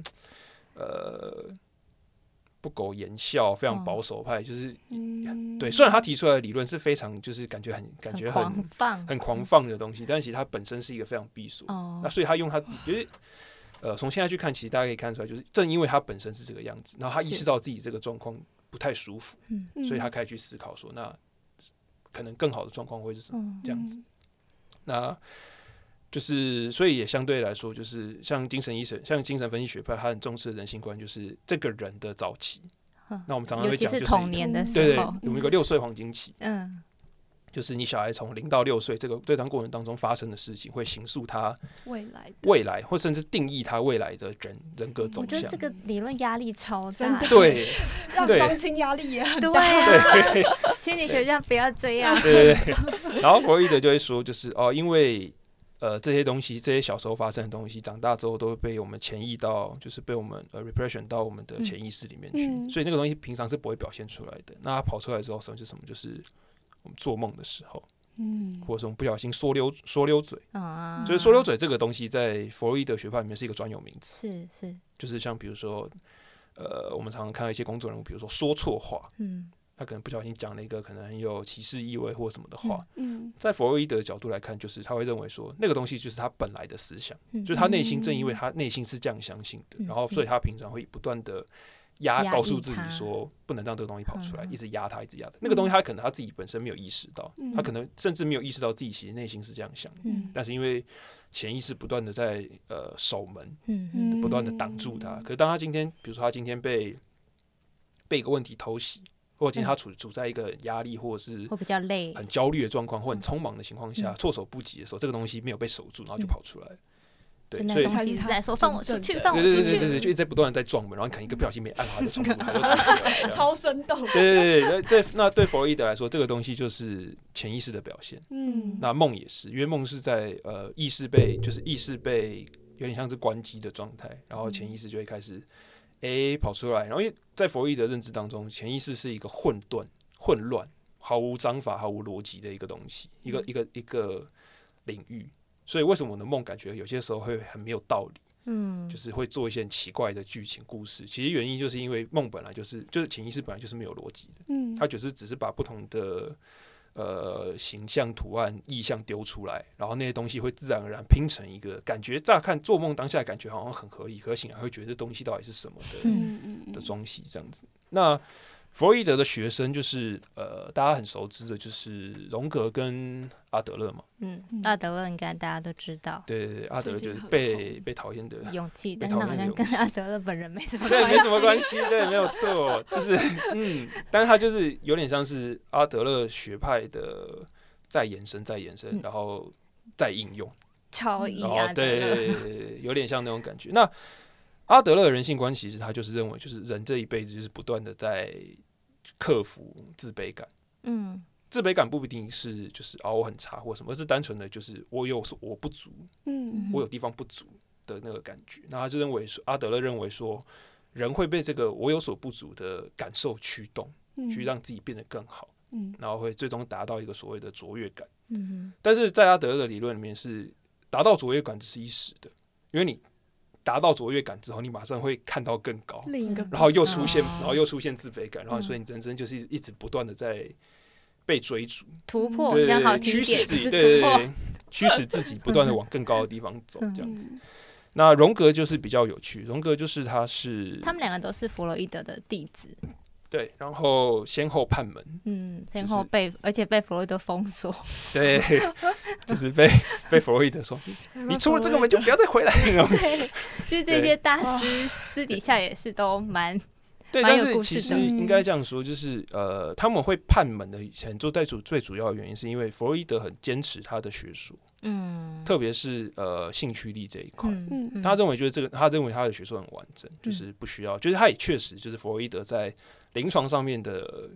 S1: 不苟言笑、非常保守派，就是对。虽然他提出来的理论是非常就是感觉很狂放的东西，但是其实他本身是一个非常闭锁。那所以他用他自己，就是从现在去看，其实大家可以看出来，就是正因为他本身是这个样子，然后他意识到自己这个状况不太舒服，所以他开始去思考说，那可能更好的状况会是什么这样子。那就是所以也相对来说，就是像精神分析学派，他很重视的人性观，就是这个人的早期。那我们常常会讲，就是
S3: 童年的时候，
S1: 有一个6岁黄金期。就是你小孩从0到6岁这个对谈过程当中发生的事情，会形塑他未来，或甚至定义他未来的人格走向。
S3: 我觉得这个理论压力超大，
S1: 对，
S2: 让双亲压力也很大。
S3: 对啊，心理学家不要这样。
S1: 对。然后弗洛伊德就会说，就是因为这些东西，这些小时候发生的东西，长大之后都会被我们潜移到，就是被我们repression 到我们的潜意识里面去，所以那个东西平常是不会表现出来的。那它跑出来之后，什么是什么？就是我们做梦的时候，或者是我们不小心说溜嘴，就是说溜嘴这个东西，在弗洛伊德学派里面是一个专有名词，
S3: 是，
S1: 就是像比如说，我们常常看到一些公众人物，比如说说错话，他可能不小心讲了一个可能很有歧视意味或什么的话，在弗洛伊德的角度来看，就是他会认为说，那个东西就是他本来的思想，就是他内心正因为他内心是这样相信的，然后所以他平常会不断的告诉自己说不能让这个东西跑出来，一直压它。那个东西他可能他自己本身没有意识到，他可能甚至没有意识到自己其实内心是这样想的，但是因为潜意识不断的在守门，不断的挡住他。可是当他今天，比如说他今天被一个问题偷袭，或者今天他处在一个压力或者是
S3: 比较累、
S1: 很焦虑的状况，或很匆忙的情况下，措手不及的时候，这个东西没有被守住，然后就跑出来了。对，
S3: 所以东西在说放我出去，放我出去，
S1: 对，就一直在不断的在撞门，然后可能一个不小心没按好，他就冲出来，
S2: 超生动。
S1: 对，那对弗洛伊德来说，这个东西就是潜意识的表现。那梦也是，因为梦是在意识被有点像是关机的状态，然后潜意识就会开始跑出来。然后因为在弗洛伊德认知当中，潜意识是一个混乱、毫无章法、毫无逻辑的一个东西，一个领域。所以为什么我的梦感觉有些时候会很没有道理，就是会做一些很奇怪的剧情故事。其实原因就是因为梦本来就是潜意识本来就是没有逻辑的，它只是把不同的形象、图案、意象丢出来，然后那些东西会自然而然拼成一个感觉。乍看做梦当下感觉好像很合理，可醒来会觉得这东西到底是什么的东西这样子。那弗洛伊德的学生就是大家很熟知的，就是荣格跟阿德勒嘛。
S3: 阿德勒应该大家都知道。
S1: 对，阿德勒就是被讨厌的
S3: 勇气，但是好像跟阿德勒本人没什么
S1: 关系。对，没什么关系，对，没有错，就是但是他就是有点像是阿德勒学派的再延伸，然后再应用，
S3: 超意阿德勒，
S1: 对，有点像那种感觉。那阿德勒的人性观其实他就是认为，就是人这一辈子就是不断的在克服自卑感。自卑感不一定是就是我很差或什么，而是单纯的就是我不足，我有地方不足的那个感觉。那他就认为说，阿德勒认为说，人会被这个我有所不足的感受驱动，去让自己变得更好，然后会最终达到一个所谓的卓越感。但是在阿德勒的理论里面是达到卓越感只是一时的，因为你达到卓越感之后，你马上会看到更高，然后又出现自卑感，然后所以你人生就是一直不断的在被追逐、
S3: 突破，这样好
S1: 驱使自己，驱使自己不断的往更高的地方走，这样子。那荣格就是比较有趣，荣格就是他们
S3: 两个都是弗洛伊德的弟子。
S1: 对，然后先后判门，
S3: 先后而且被弗洛伊德封锁。
S1: 对，就是被弗洛伊德说，你出了这个门就不要再回来了。
S3: 对，就是这些大师私底下也是都蛮
S1: 对，但是其实应该这样说，就是他们会判门的最主要的原因，是因为弗洛伊德很坚持他的学术，特别是兴趣力这一块，他认为就是他认为他的学术很完整，就是不需要，就是他也确实就是弗洛伊德在临床上面的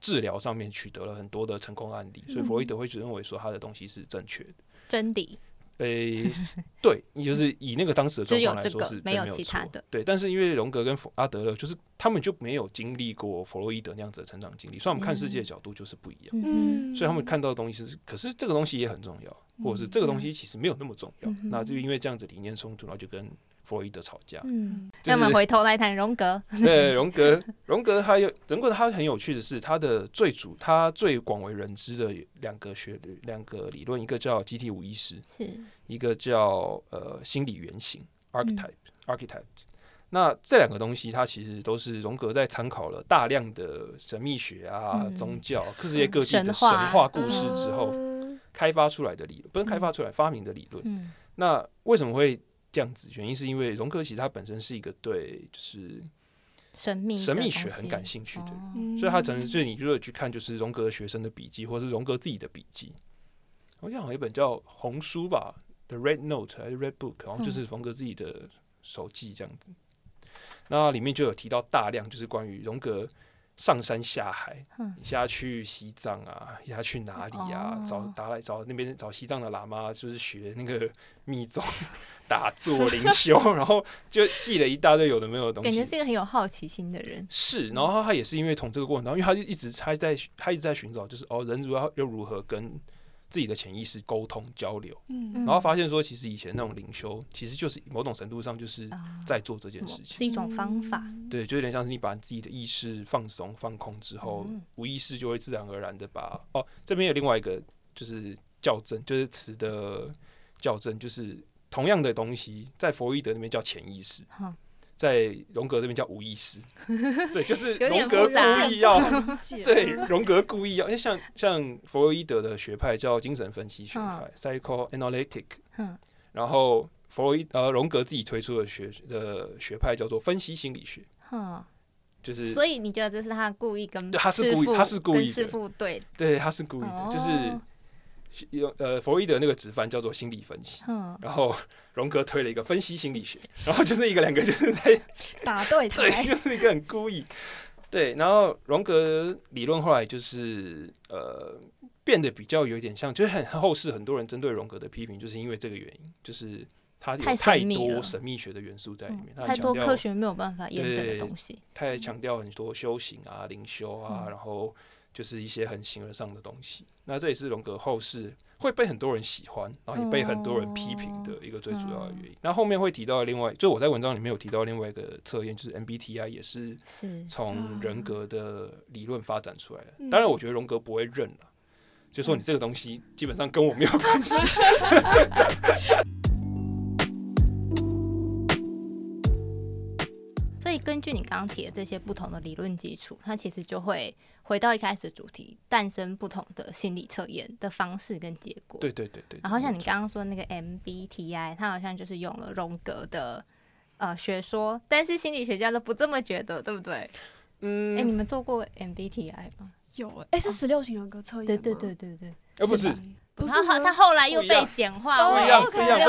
S1: 治疗上面取得了很多的成功案例，所以弗洛伊德会认为说他的东西是正确的，
S3: 真理。
S1: 对，就是以那个当时的状况来说是
S3: 没有其他的。
S1: 对，但是因为荣格跟阿德勒，就是他们就没有经历过弗洛伊德那样子的成长经历，所以我们看世界的角度就是不一样。所以他们看到的东西是，可是这个东西也很重要，或者是这个东西其实没有那么重要。那就因为这样子理念冲突，然后就跟弗洛伊德吵架。
S3: 那我们回头来谈荣格。
S1: 对，荣格他很有趣的是，他最广为人知的两个理论，一个叫集体无意识，一个叫心理原型 archetype。那这两个东西，它其实都是荣格在参考了大量的神秘学啊、宗教、世界各地的神话故事之后开发出来的理论，不是开发出来发明的理论。那为什么会这样子？原因是因为荣格其实他本身是一个对就是神秘学很感兴趣的人，所以他可能就是你如果去看就是荣格的学生的笔记，或是荣格自己的笔记，好像有一本叫红书吧，《The Red Note》还是《Red Book》，好像就是荣格自己的手记这样子。那里面就有提到大量就是关于荣格上山下海，下去西藏啊，下去哪里啊，找那边找西藏的喇嘛，就是学那个密宗、打坐、灵修，然后就记了一大堆有的没有的东西。
S3: 感觉是一个很有好奇心的人。
S1: 是，然后他也是因为从这个过程当中，因为他一直在寻找，就是人如何跟自己的潜意识沟通交流，然后发现说，其实以前那种灵修，其实就是某种程度上就是在做这件事情，
S3: 是一种方法。
S1: 对，就有点像是你把自己的意识放松、放空之后，无意识就会自然而然的把这边有另外一个就是校正，就是词的校正，就是同样的东西，在弗洛伊德那边叫潜意识。在荣格这边叫无意识，对，就是荣格故意要，对，荣格故意要，像弗洛伊德的学派叫精神分析学派 （psychoanalytic），然后荣格自己推出的学派叫做分析心理学，就是，
S3: 所以你觉得这是他故意跟
S1: 他是故意的，
S3: 师傅对，
S1: 他是故意的，就是。弗洛伊德那个直翻叫做心理分析，然后荣格推了一个分析心理学，然后就是两个就是在
S2: 打对台，
S1: 对，就是一个很故意，对，然后荣格理论后来就是变得比较有点像，就是很后世很多人针对荣格的批评，就是因为这个原因，就是他有太多神秘学的元素在里面，
S3: 太多科学没有办法验证的东西，
S1: 太强调很多修行啊、灵修啊，然后。就是一些很形而上的东西，那这也是荣格后世会被很多人喜欢，然后也被很多人批评的一个最主要的原因。那后面会提到另外，就我在文章里面有提到另外一个测验，就是 MBTI 也是从人格的理论发展出来的。当然，我觉得荣格不会认啦，就说你这个东西基本上跟我没有关系。
S3: 所以根据你刚刚提的这些不同的理论基础，它其实就会回到一开始的主题，诞生不同的心理测验的方式跟结果。
S1: 对。
S3: 然后像你刚刚说那个 MBTI， 它好像就是用了荣格的学说，但是心理学家都不这么觉得，对不对？你们做过 MBTI 吗？
S2: 有是16型人格测验吗？
S3: 对。
S1: 不是。
S2: 不是
S3: 他后来又被简化为
S1: 不一样，不，等一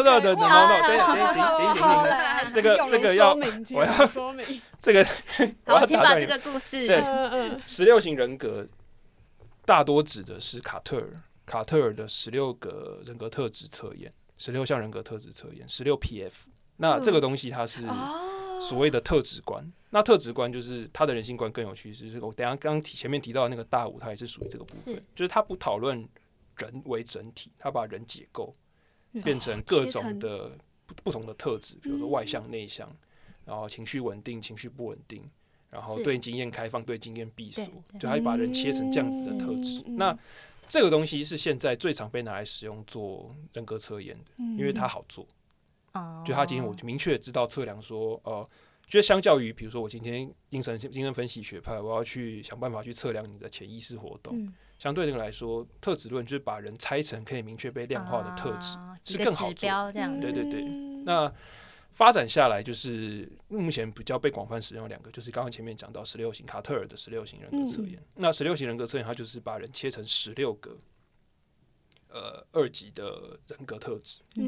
S1: 下，这个要我要
S2: 说明
S1: 这个，
S3: 好，请把这个故事。
S1: 对，16型人格大多指的是卡特尔的16个人格特质测验，16项人格特质测验，16 PF。那这个东西它是所谓的特质观。那特质观就是他的人性观更有趣，就是我等一下刚前面提到的那个大五，它也是属于这个部分，就是他不讨论人为整体，他把人解构变成各种的不同的特质，比如说外向、内向，然后情绪稳定、情绪不稳定，然后对经验开放、对经验闭锁，就他把人切成这样子的特质。那这个东西是现在最常被拿来使用做人格测验的，因为它好做。就他今天我就明确知道测量说，就是相较于比如说我今天精神分析学派，我要去想办法去测量你的潜意识活动。相对那个来说，特质论就是把人拆成可以明确被量化的特质，是更好做。对。那发展下来，就是目前比较被广泛使用的两个，就是刚刚前面讲到16型卡特尔的16型人格测验。那16型人格测验，它就是把人切成16个2级的人格特质，然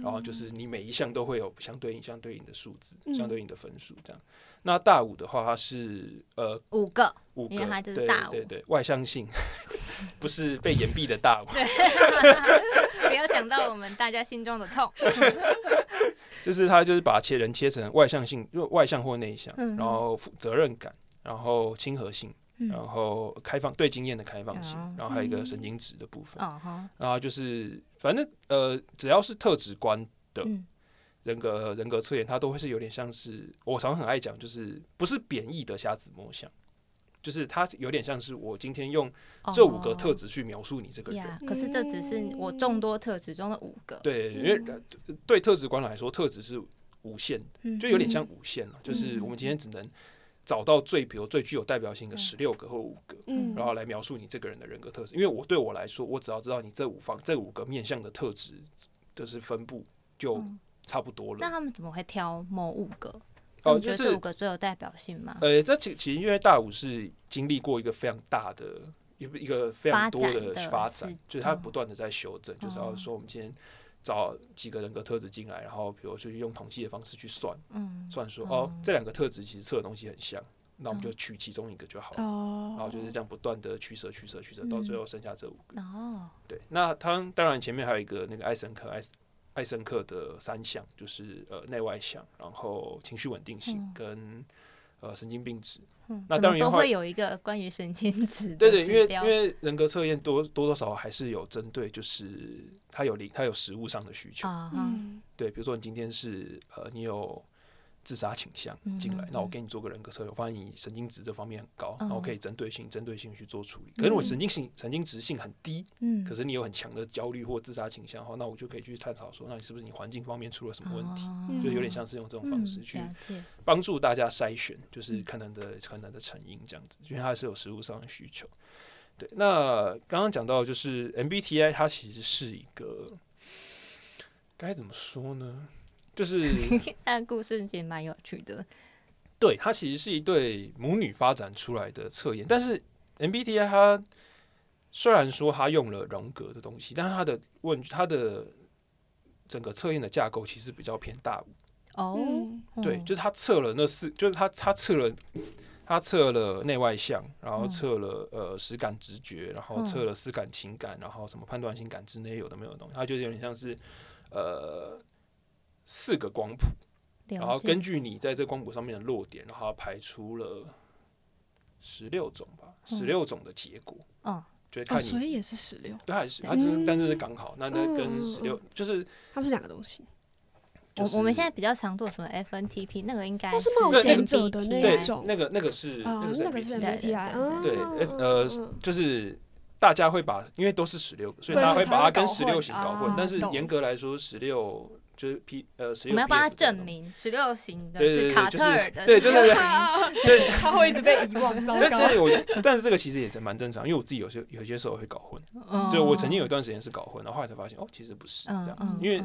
S1: 然后就是你每一项都会有相对应的数字，相对应的分数这样。那大5的话，它是
S3: 5个，
S1: 因
S3: 为它就是大5，
S1: 对，外向性不是被延毕的大5，
S3: 不要讲到我们大家心中的痛。
S1: 就是他就是把人切成外向性，外向或内向，然后责任感，然后亲和性。然后对经验的开放性，然后还有一个神经质的部分，然后就是反正只要是特质观的人格测验，它都会是有点像是我常常很爱讲，就是不是贬义的瞎子摸象，就是它有点像是我今天用这5个特质去描述你这个人，
S3: 可是这只是我众多特质中的5个。
S1: 对，因为对特质观来说，特质是无限的，就有点像无限了，就是我们今天只能找到比如最具有代表性的16个或5个，然后来描述你这个人的人格特质。因为对我来说，我只要知道你这5个面向的特质就是分布就差不多了。
S3: 那他们怎么会挑某5个？
S1: 就是
S3: 这5个最有代表性吗？
S1: 这其实因为大5是经历过一个非常大的一个非常多的发展，就是它不断的在修正，就是要说我们今天找几个人格特质进来，然后比如说用统计的方式去算说这2个特质其实测的东西很像，那我们就取其中一个就好了，然后就是这样不断的取舍，到最后剩下这5个。对，那当然前面还有一个那个艾森克的3项，就是内外向，然后情绪稳定性跟神经病质。那当然
S3: 都会有一个关于神经质的
S1: 对，
S3: 指标。
S1: 因为人格测验多少还是有针对，就是它有实务上的需求。对，比如说你今天是你有自杀倾向进来，那我给你做个人格测验，我发现你神经质这方面很高，然后可以针对性去做处理。可是如果神经质性很低，可是你有很强的焦虑或自杀倾向，那我就可以去探讨说，那你是不是你环境方面出了什么问题？就有点像是用这种方式去帮助大家筛选，就是可能的成因这样子，因为它是有实务上的需求。对，那刚刚讲到就是 MBTI， 它其实是一个该怎么说呢？就是
S3: 它的故事其实蛮有趣的。
S1: 对，它其实是一对母女发展出来的测验，但是 MBTI 它虽然说它用了荣格的东西，但是它的整个测验的架构其实比较偏大5。对，就是他测了就是他测了内外向，然后测了实感直觉，然后测了思感情感，然后什么判断性感知那些有的没有的东西，它就有点像是4个光谱，然后根据你在这光谱上面的落点，然后排出了16种吧，16种的结果。就看你
S2: 所以也是16。
S1: 对，它但是刚好，那跟16就是
S2: 它们是2个东西。
S3: 我们现在比较常做什么 FNTP， 那个应该
S2: 是冒险者的那一种，
S1: 那个是
S2: MBTI，
S1: 对，就是大家会因为都是16个，所以他会把它跟16型搞混，但是严格来说16就是16，
S3: 我们要帮他证明16型的是卡特尔的，
S1: 对，就是
S2: 对，他会一直被遗忘，糟糕。
S1: 但是这个其实也蛮正常，因为我自己有些时候会搞混，就我曾经有一段时间是搞混，然后后来才发现其实不是这样子，因为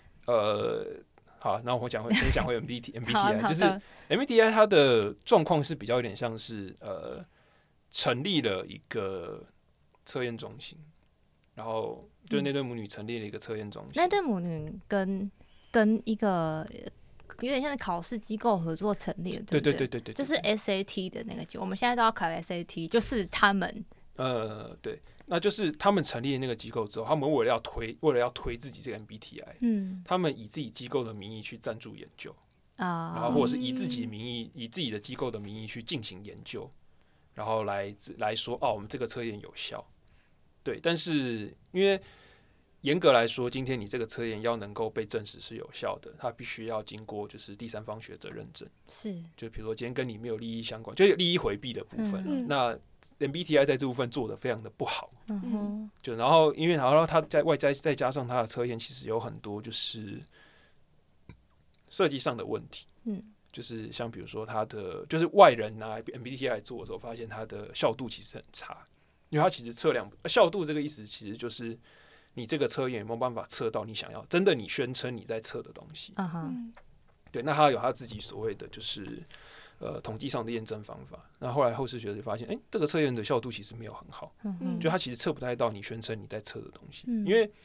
S1: 好，那我先讲回 MBTI， 就是 MBTI 它的状况是比较有点像是成立了一个测验中心，然后就那对母女成立了一个测验中心。
S3: 那对母女跟一个有点像是考试机构合作成立的，对不对？对，就是 SAT 的那个机构，我们现在都要考 SAT， 就是他们。
S1: 对，那就是他们成立了那个机构之后，他们为了要推自己这个 MBTI，他们以自己机构的名义去赞助研究然后或者是以自己的机构的名义去进行研究，然后来说我们这个测验有效。对，但是因为严格来说，今天你这个测验要能够被证实是有效的，它必须要经过就是第三方学者认证。
S3: 是，
S1: 就比如说今天跟你没有利益相关，就有利益回避的部分。那 MBTI 在这部分做得非常的不好。就然后它再加上它的测验其实有很多就是设计上的问题。就是像比如说它的就是外人拿 MBTI 来做的时候，发现它的效度其实很差，因为它其实测量效度这个意思其实就是你这个测验有没有办法测到你想要真的你宣称你在测的东西。对，那他有他自己所谓的就是统计上的验证方法。那后来后世学者就发现，这个测验的效度其实没有很好，就他其实测不太到你宣称你在测的东西。因为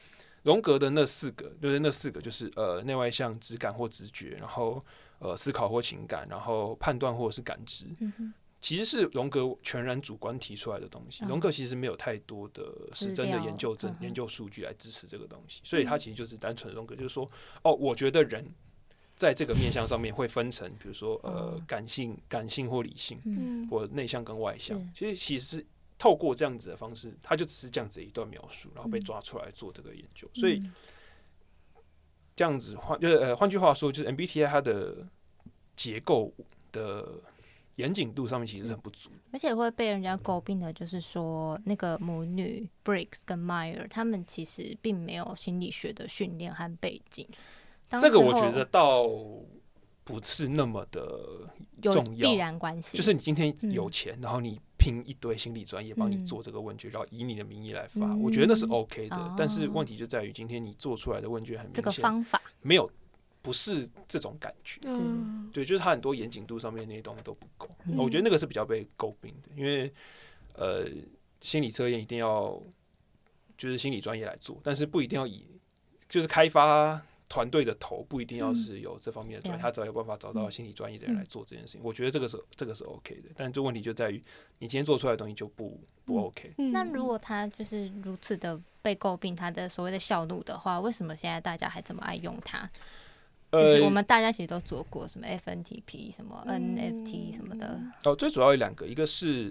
S1: 荣格的那四个就是内外向、直感或直觉，然后思考或情感，然后判断或者是感知。其实是荣格全然主观提出来的东西。荣格其实没有太多的实证的研究数据来支持这个东西，所以他其实就是单纯的荣格就是说，我觉得人在这个面向上面会分成，比如说感性或理性，或内向跟外向。其实透过这样子的方式，他就只是这样子的一段描述，然后被抓出来做这个研究。所以这样子换句话说，就是 MBTI 它的结构的严谨度上面其实是很不足，
S3: 而且会被人家诟病的就是说，那个母女 Briggs 跟 Meyer 他们其实并没有心理学的训练和背景。
S1: 这个我觉得倒不是那么的重要，
S3: 有必然关系。
S1: 就是你今天有钱，然后你聘一堆心理专业帮你做这个问卷，然后以你的名义来发，我觉得那是 OK 的。但是问题就在于，今天你做出来的问卷很明显，
S3: 这个方法
S1: 没有。不是这种感觉，对，就是它很多严谨度上面那些东西都不够，我觉得那个是比较被诟病的，因为心理测验一定要就是心理专业来做，但是不一定要以就是开发团队的头不一定要是有这方面的专业，他只要有办法找到心理专业的人来做这件事情，我觉得这个是 OK 的，但这问题就在于你今天做出来的东西就不 OK。
S3: 那如果他就是如此的被诟病他的所谓的效率的话，为什么现在大家还这么爱用它？就是我们大家其实都做过什么 FNTP 什么 NFT 什么的。
S1: 最主要有两个，一个是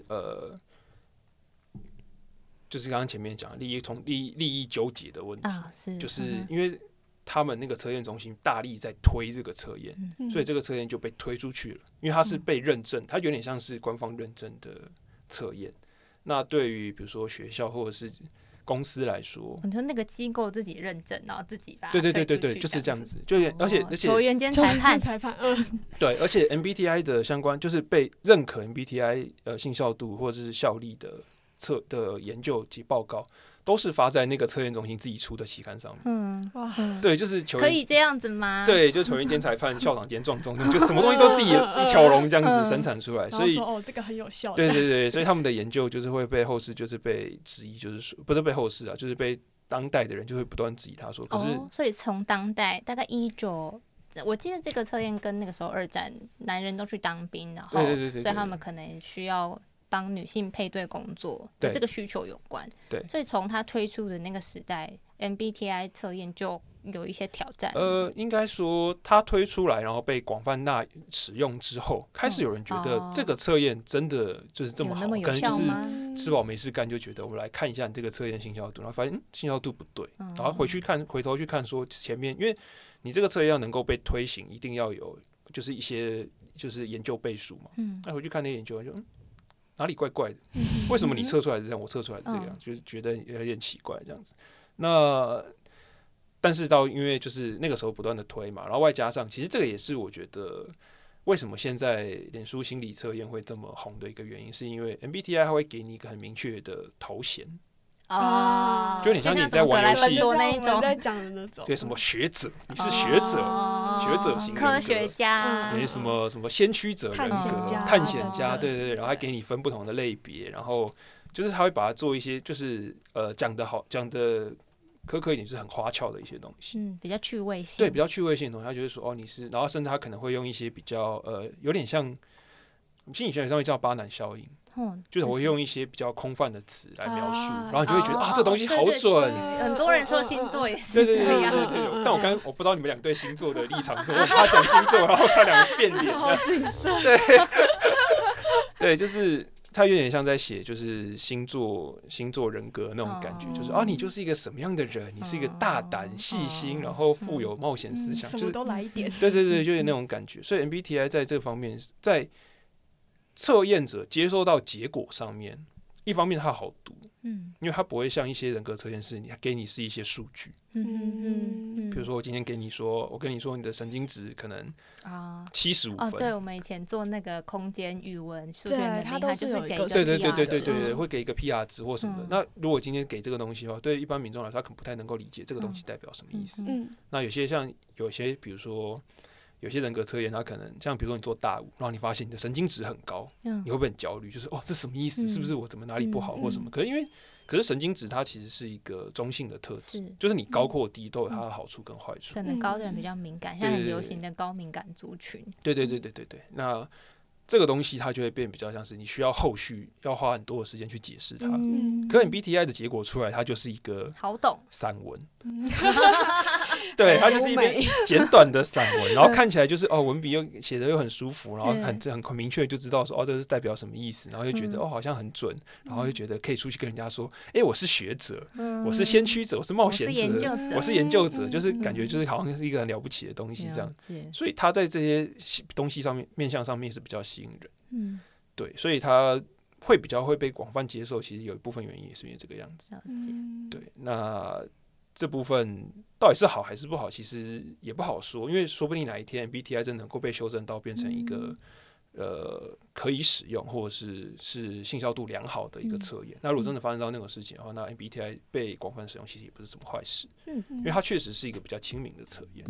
S1: 就是刚刚前面讲利益纠结的问题就是因为他们那个测验中心大力在推这个测验，所以这个测验就被推出去了，因为它是被认证，它有点像是官方认证的测验。那对于比如说学校或者是公司来说，
S3: 你说那个机构自己认证，然后自己把它推出去，
S1: 对，就是这样子。而且
S3: 球员兼裁判，
S1: 对，而且 MBTI 的相关就是被认可 MBTI 信效度或者是效力的研究及报告，都是发在那个测验中心自己出的期刊上面。对，就是球员
S3: 可以这样子吗？
S1: 对，就球员兼裁判、校长兼撞钟，就什么东西都自己一条龙这样子生产出来，所以
S2: 这个很有效。
S1: 对，所以他们的研究就是会被后世就是被质疑，就是说不是被后世啊，就是被当代的人就会不断质疑他说，可是
S3: 所以从当代大概我记得这个测验跟那个时候2战男人都去当兵，然后所以他们可能需要帮女性配对工作的这个需求有关，
S1: 对，
S3: 所以从他推出的那个时代 ，MBTI 测验就有一些挑战。
S1: 应该说他推出来，然后被广泛使用之后，开始有人觉得这个测验真的就是这么好，可能就是吃饱没事干就觉得我们来看一下你这个测验信效度，然后发现信效度不对，然后回头去看说前面，因为你这个测验要能够被推行，一定要有就是一些就是研究倍数嘛，那回去看那个研究就哪里怪怪的？为什么你测出来是这样，我测出来是这样？就是觉得有点奇怪这样子。那但是因为就是那个时候不断的推嘛，然后外加上其实这个也是我觉得为什么现在脸书心理测验会这么红的一个原因，是因为 MBTI 它会给你一个很明确的头衔。就有点像你在玩游戏
S2: 那一种，在讲的那种，
S1: 对，什么学者，你是学者，学者型人格，
S3: 科学家，
S1: 什么先驱者人格，探险家，对，然后还给你分不同的类别，然后就是他会把它做一些，就是讲的苛刻一点，就是很花俏的一些东西，
S3: 比较趣味性，
S1: 对，比较趣味性的东西，他就会说你是，然后甚至他可能会用一些比较有点像心理学上面叫巴南效应。就是我会用一些比较空泛的词来描述，然后你就会觉得这东西好准。
S3: 很多人说星座也是这样。
S1: 对。但我不知道你们俩对星座的立场是什么，他讲星座，然后他两个变脸，
S2: 好谨慎。
S1: 对，就是他有点像在写就是星座人格那种感觉，就是你就是一个什么样的人，你是一个大胆、细心，然后富有冒险思想，
S2: 什么都来一点。
S1: 对，就有那种感觉。所以 MBTI 在这方面在测验者接收到结果上面，一方面它好读，因为它不会像一些人格测验是给你是一些数据，比如说我今天我跟你说你的神经质可能75分，
S3: 对，我们以前做那个空间语文数学能力，它就是给一个
S1: PR 对，会给一个 PR 值或什么的。那如果今天给这个东西的话，对一般民众来说，他可能不太能够理解这个东西代表什么意思。那有些比如说。有些人格测验，他可能像比如说你做大五，然后你发现你的神经质很高，你会不会很焦虑？就是这什么意思？是不是我怎么哪里不好或什么？可是因为可是神经质它其实是一个中性的特质，就是你高或低都有它的好处跟坏处。
S3: 可能高的人比较敏感，现在很流行的高敏感族群。
S1: 对，那这个东西它就会变比较像是你需要后续要花很多的时间去解释它。可是 MBTI 的结果出来，它就是一个
S3: 好懂
S1: 散文。对，它就是一篇简短的散文，然后看起来就是文笔又写的又很舒服，然后很明确就知道说这是代表什么意思，然后就觉得好像很准，然后就觉得可以出去跟人家说，我是学者，我是先驱者，我是冒险者，我是研究者，就是感觉就是好像是一个很了不起的东西这样。所以他在这些东西上面面向上面是比较吸引人。对，所以他会比较会被广泛接受，其实有一部分原因也是因为这个样子。对，那这部分到底是好还是不好，其实也不好说，因为说不定哪一天 MBTI 真的能够被修正到变成一个可以使用或者是信效度良好的一个测验。那如果真的发生到那种事情的话，那 MBTI 被广泛使用其实也不是什么坏事。因为它确实是一个比较亲民的测验。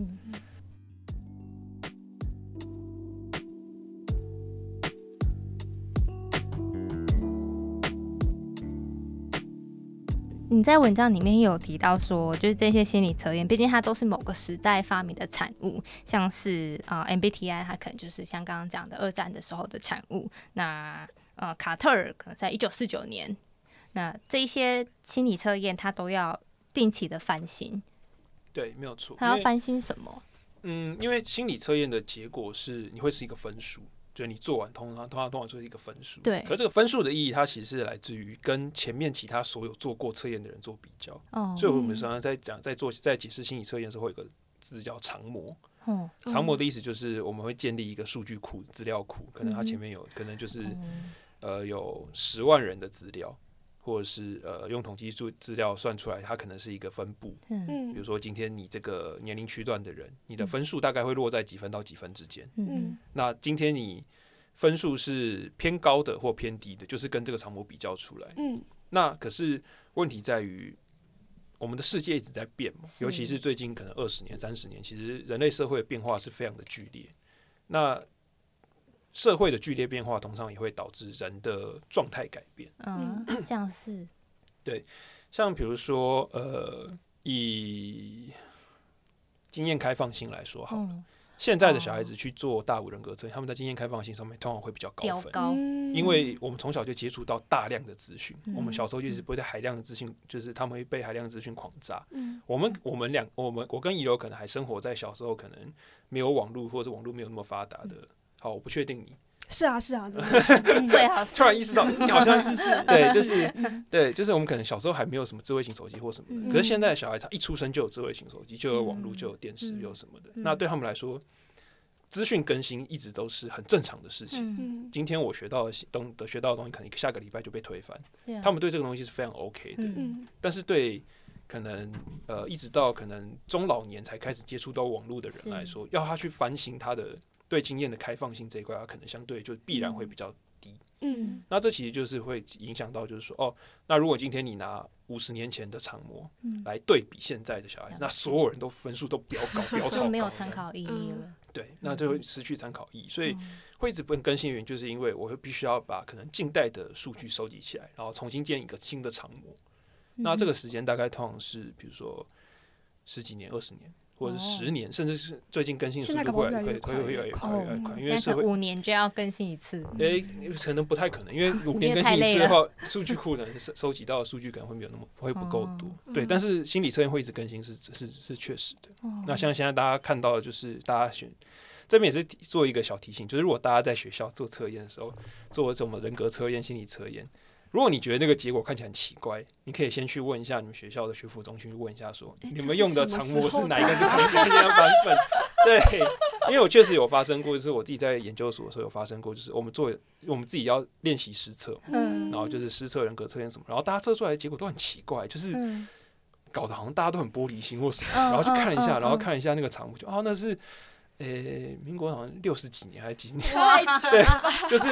S3: 你在文章里面也有提到说，就是这些心理测验，毕竟它都是某个时代发明的产物，像是MBTI 它可能就是像刚刚讲的2战的时候的产物，那卡特尔可能在1949年，那这一些心理测验它都要定期的翻新。
S1: 对，没有错。
S3: 它要翻新什么？
S1: 因为心理测验的结果是你会是一个分数。就是你做完通常就是一个分数，
S3: 对。
S1: 可这个分数的意义，它其实是来自于跟前面其他所有做过测验的人做比较。所以我们常常在解释心理测验的时候，会有一个字叫常模。常模的意思就是我们会建立一个数据库、资料库，可能它前面有可能就是有10万人的资料。或者是用统计资料算出来，它可能是一个分布。比如说今天你这个年龄区段的人，你的分数大概会落在几分到几分之间。那今天你分数是偏高的或偏低的，就是跟这个常模比较出来。那可是问题在于，我们的世界一直在变嘛，尤其是最近可能20年、30年，其实人类社会的变化是非常的剧烈。那社会的剧烈变化通常也会导致人的状态改变。
S3: 像是
S1: 对，像比如说以经验开放性来说好了，现在的小孩子去做大5人格测验，他们在经验开放性上面通常会比较高分，因为我们从小就接触到大量的资讯，我们小时候就是不会被海量的资讯，就是他们会被海量的资讯狂炸。我跟怡柔可能还生活在小时候可能没有网络，或者网络没有那么发达的。好，我不确定你
S2: 是啊，最
S3: 好
S1: 突然意识到你好像是对，就是我们可能小时候还没有什么智慧型手机或什么的，可是现在的小孩他一出生就有智慧型手机，就有网络，就有电视，有什么的。那对他们来说，资讯更新一直都是很正常的事情。今天我学到的东西，可能下个礼拜就被推翻。他们对这个东西是非常 OK 的。但是对可能一直到可能中老年才开始接触到网络的人来说，要他去翻新他的对经验的开放性这一块，它可能相对就必然会比较低。那这其实就是会影响到，就是说，那如果今天你拿50年前的常模来对比现在的小孩子，那所有人都分数都比较高，比较超高，
S3: 没有参考意义了。
S1: 对，那就会失去参考意义。所以会一直不更新的原因，就是因为我会必须要把可能近代的数据收集起来，然后重新建一个新的常模。那这个时间大概通常是比如说10几年、20年。或者是10年，甚至是最近更新的速度会越来越快，因为社会
S3: 5年就要更新一次。
S1: 可能不太可能，因为5年更新一次的话，数据库可能收集到的数据可能会没有那么会不够多。对，但是心理测验会一直更新是确实的。那像现在大家看到的就是大家这边也是做一个小提醒，就是如果大家在学校做测验的时候，做什么人格测验、心理测验。如果你觉得那个结果看起来很奇怪，你可以先去问一下你们学校的学府中心，问一下说你们用的常模是哪一个版本？对，因为我确实有发生过，就是我自己在研究所的时候有发生过，就是我们自己要练习施测，然后就是施测人格测验什么，然后大家测出来的结果都很奇怪，就是搞得好像大家都很玻璃心或什么，然后去看一下，然后看一下那个常模，就那是。民国好像60几年还是几年？对，就是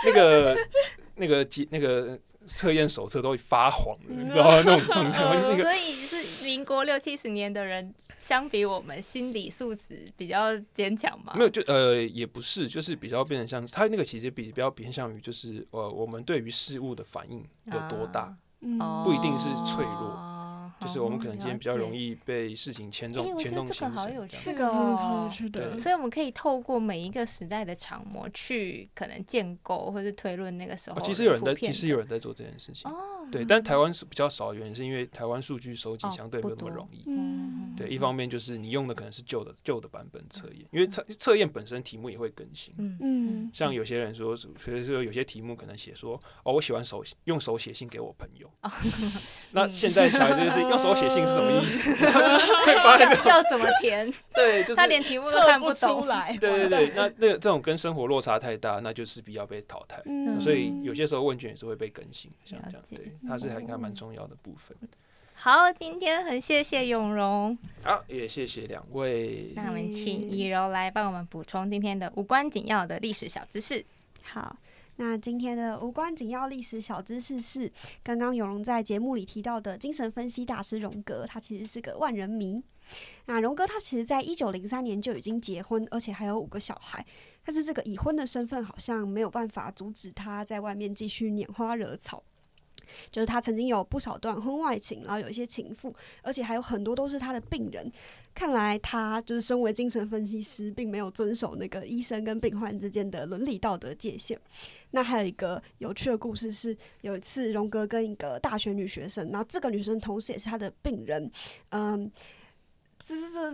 S1: 那个测验手册都会发黄了，你知道吗？那种状态，
S3: 所以是民国60、70年的人，相比我们心理素质比较坚强嘛？
S1: 没有，就也不是，就是比较变成像他那个其实比较偏向于就是我们对于事物的反应有多大。 不一定是脆弱。就是我们可能今天比较容易被事情牵动形成，
S3: 这
S2: 个真的超有趣的。
S3: 所以我们可以透过每一个时代的常模去可能建构或是推论那个时候。
S1: 其实有人在做这件事情。对，但台湾是比较少的原因，是因为台湾数据收集相对没有那么容易。对，一方面就是你用的可能是旧的版本测验，因为测验本身题目也会更新。像有些人说，比如说有些题目可能写说，我喜欢用手写信给我朋友。那现在小孩子就是用手写信是什么意思？
S3: 要怎么填？
S1: 对，就是
S3: 他连题目都看不懂。
S1: 对，那这种跟生活落差太大，那就势必要被淘汰。所以有些时候问卷也是会被更新，像这样，对，它是应该蛮重要的部分。
S3: 好，今天很谢谢永荣，
S1: 好，也谢谢2位。
S3: 那我们请怡柔来帮我们补充今天的无关紧要的历史小知识。
S2: 好。那今天的无关紧要历史小知识是刚刚永荣在节目里提到的精神分析大师荣格，他其实是个万人迷。那荣格他其实在1903年就已经结婚，而且还有5个小孩，但是这个已婚的身份好像没有办法阻止他在外面继续拈花惹草。就是他曾经有不少段婚外情，然后有一些情妇，而且还有很多都是他的病人。看来他就是身为精神分析师，并没有遵守那个医生跟病患之间的伦理道德界限。那还有一个有趣的故事是，有一次荣格跟一个大学女学生，然后这个女生同时也是他的病人，这是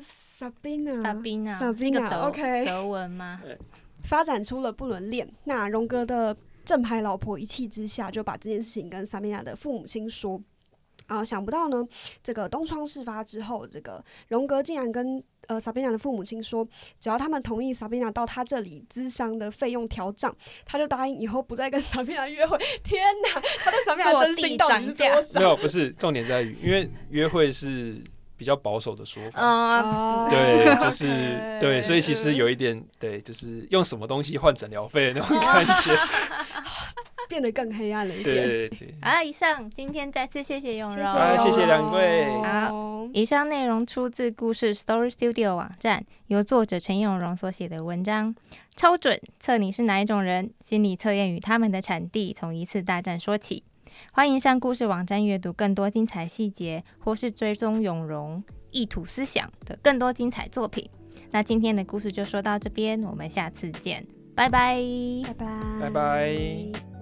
S2: Sabina
S3: OK 德文吗？
S2: 发展出了不伦恋。那荣格的正牌老婆一气之下就把这件事情跟萨宾娜的父母亲说，想不到呢，这个东窗事发之后，这个荣格竟然跟萨宾娜的父母亲说，只要他们同意萨宾娜到他这里咨商的费用调涨，他就答应以后不再跟萨宾娜约会。天哪，他对萨宾娜真心到底是多少？
S1: 没有，不是，重点在于，因为约会是比较保守的说法，对，就是对，所以其实有一点，对，就是用什么东西换诊疗费的那种感觉。
S2: 变得更黑暗了一点。
S1: 对。
S3: 以上今天再次谢谢永荣，
S1: 谢谢2位。
S3: 好，以上内容出自故事 Story Studio 网站，由作者陈永荣所写的文章。超准测你是哪一种人，心理测验与他们的产地从一次大战说起。欢迎上故事网站阅读更多精彩细节，或是追踪永荣意图思想的更多精彩作品。那今天的故事就说到这边，我们下次见，拜拜，
S2: 拜拜，
S1: 拜拜。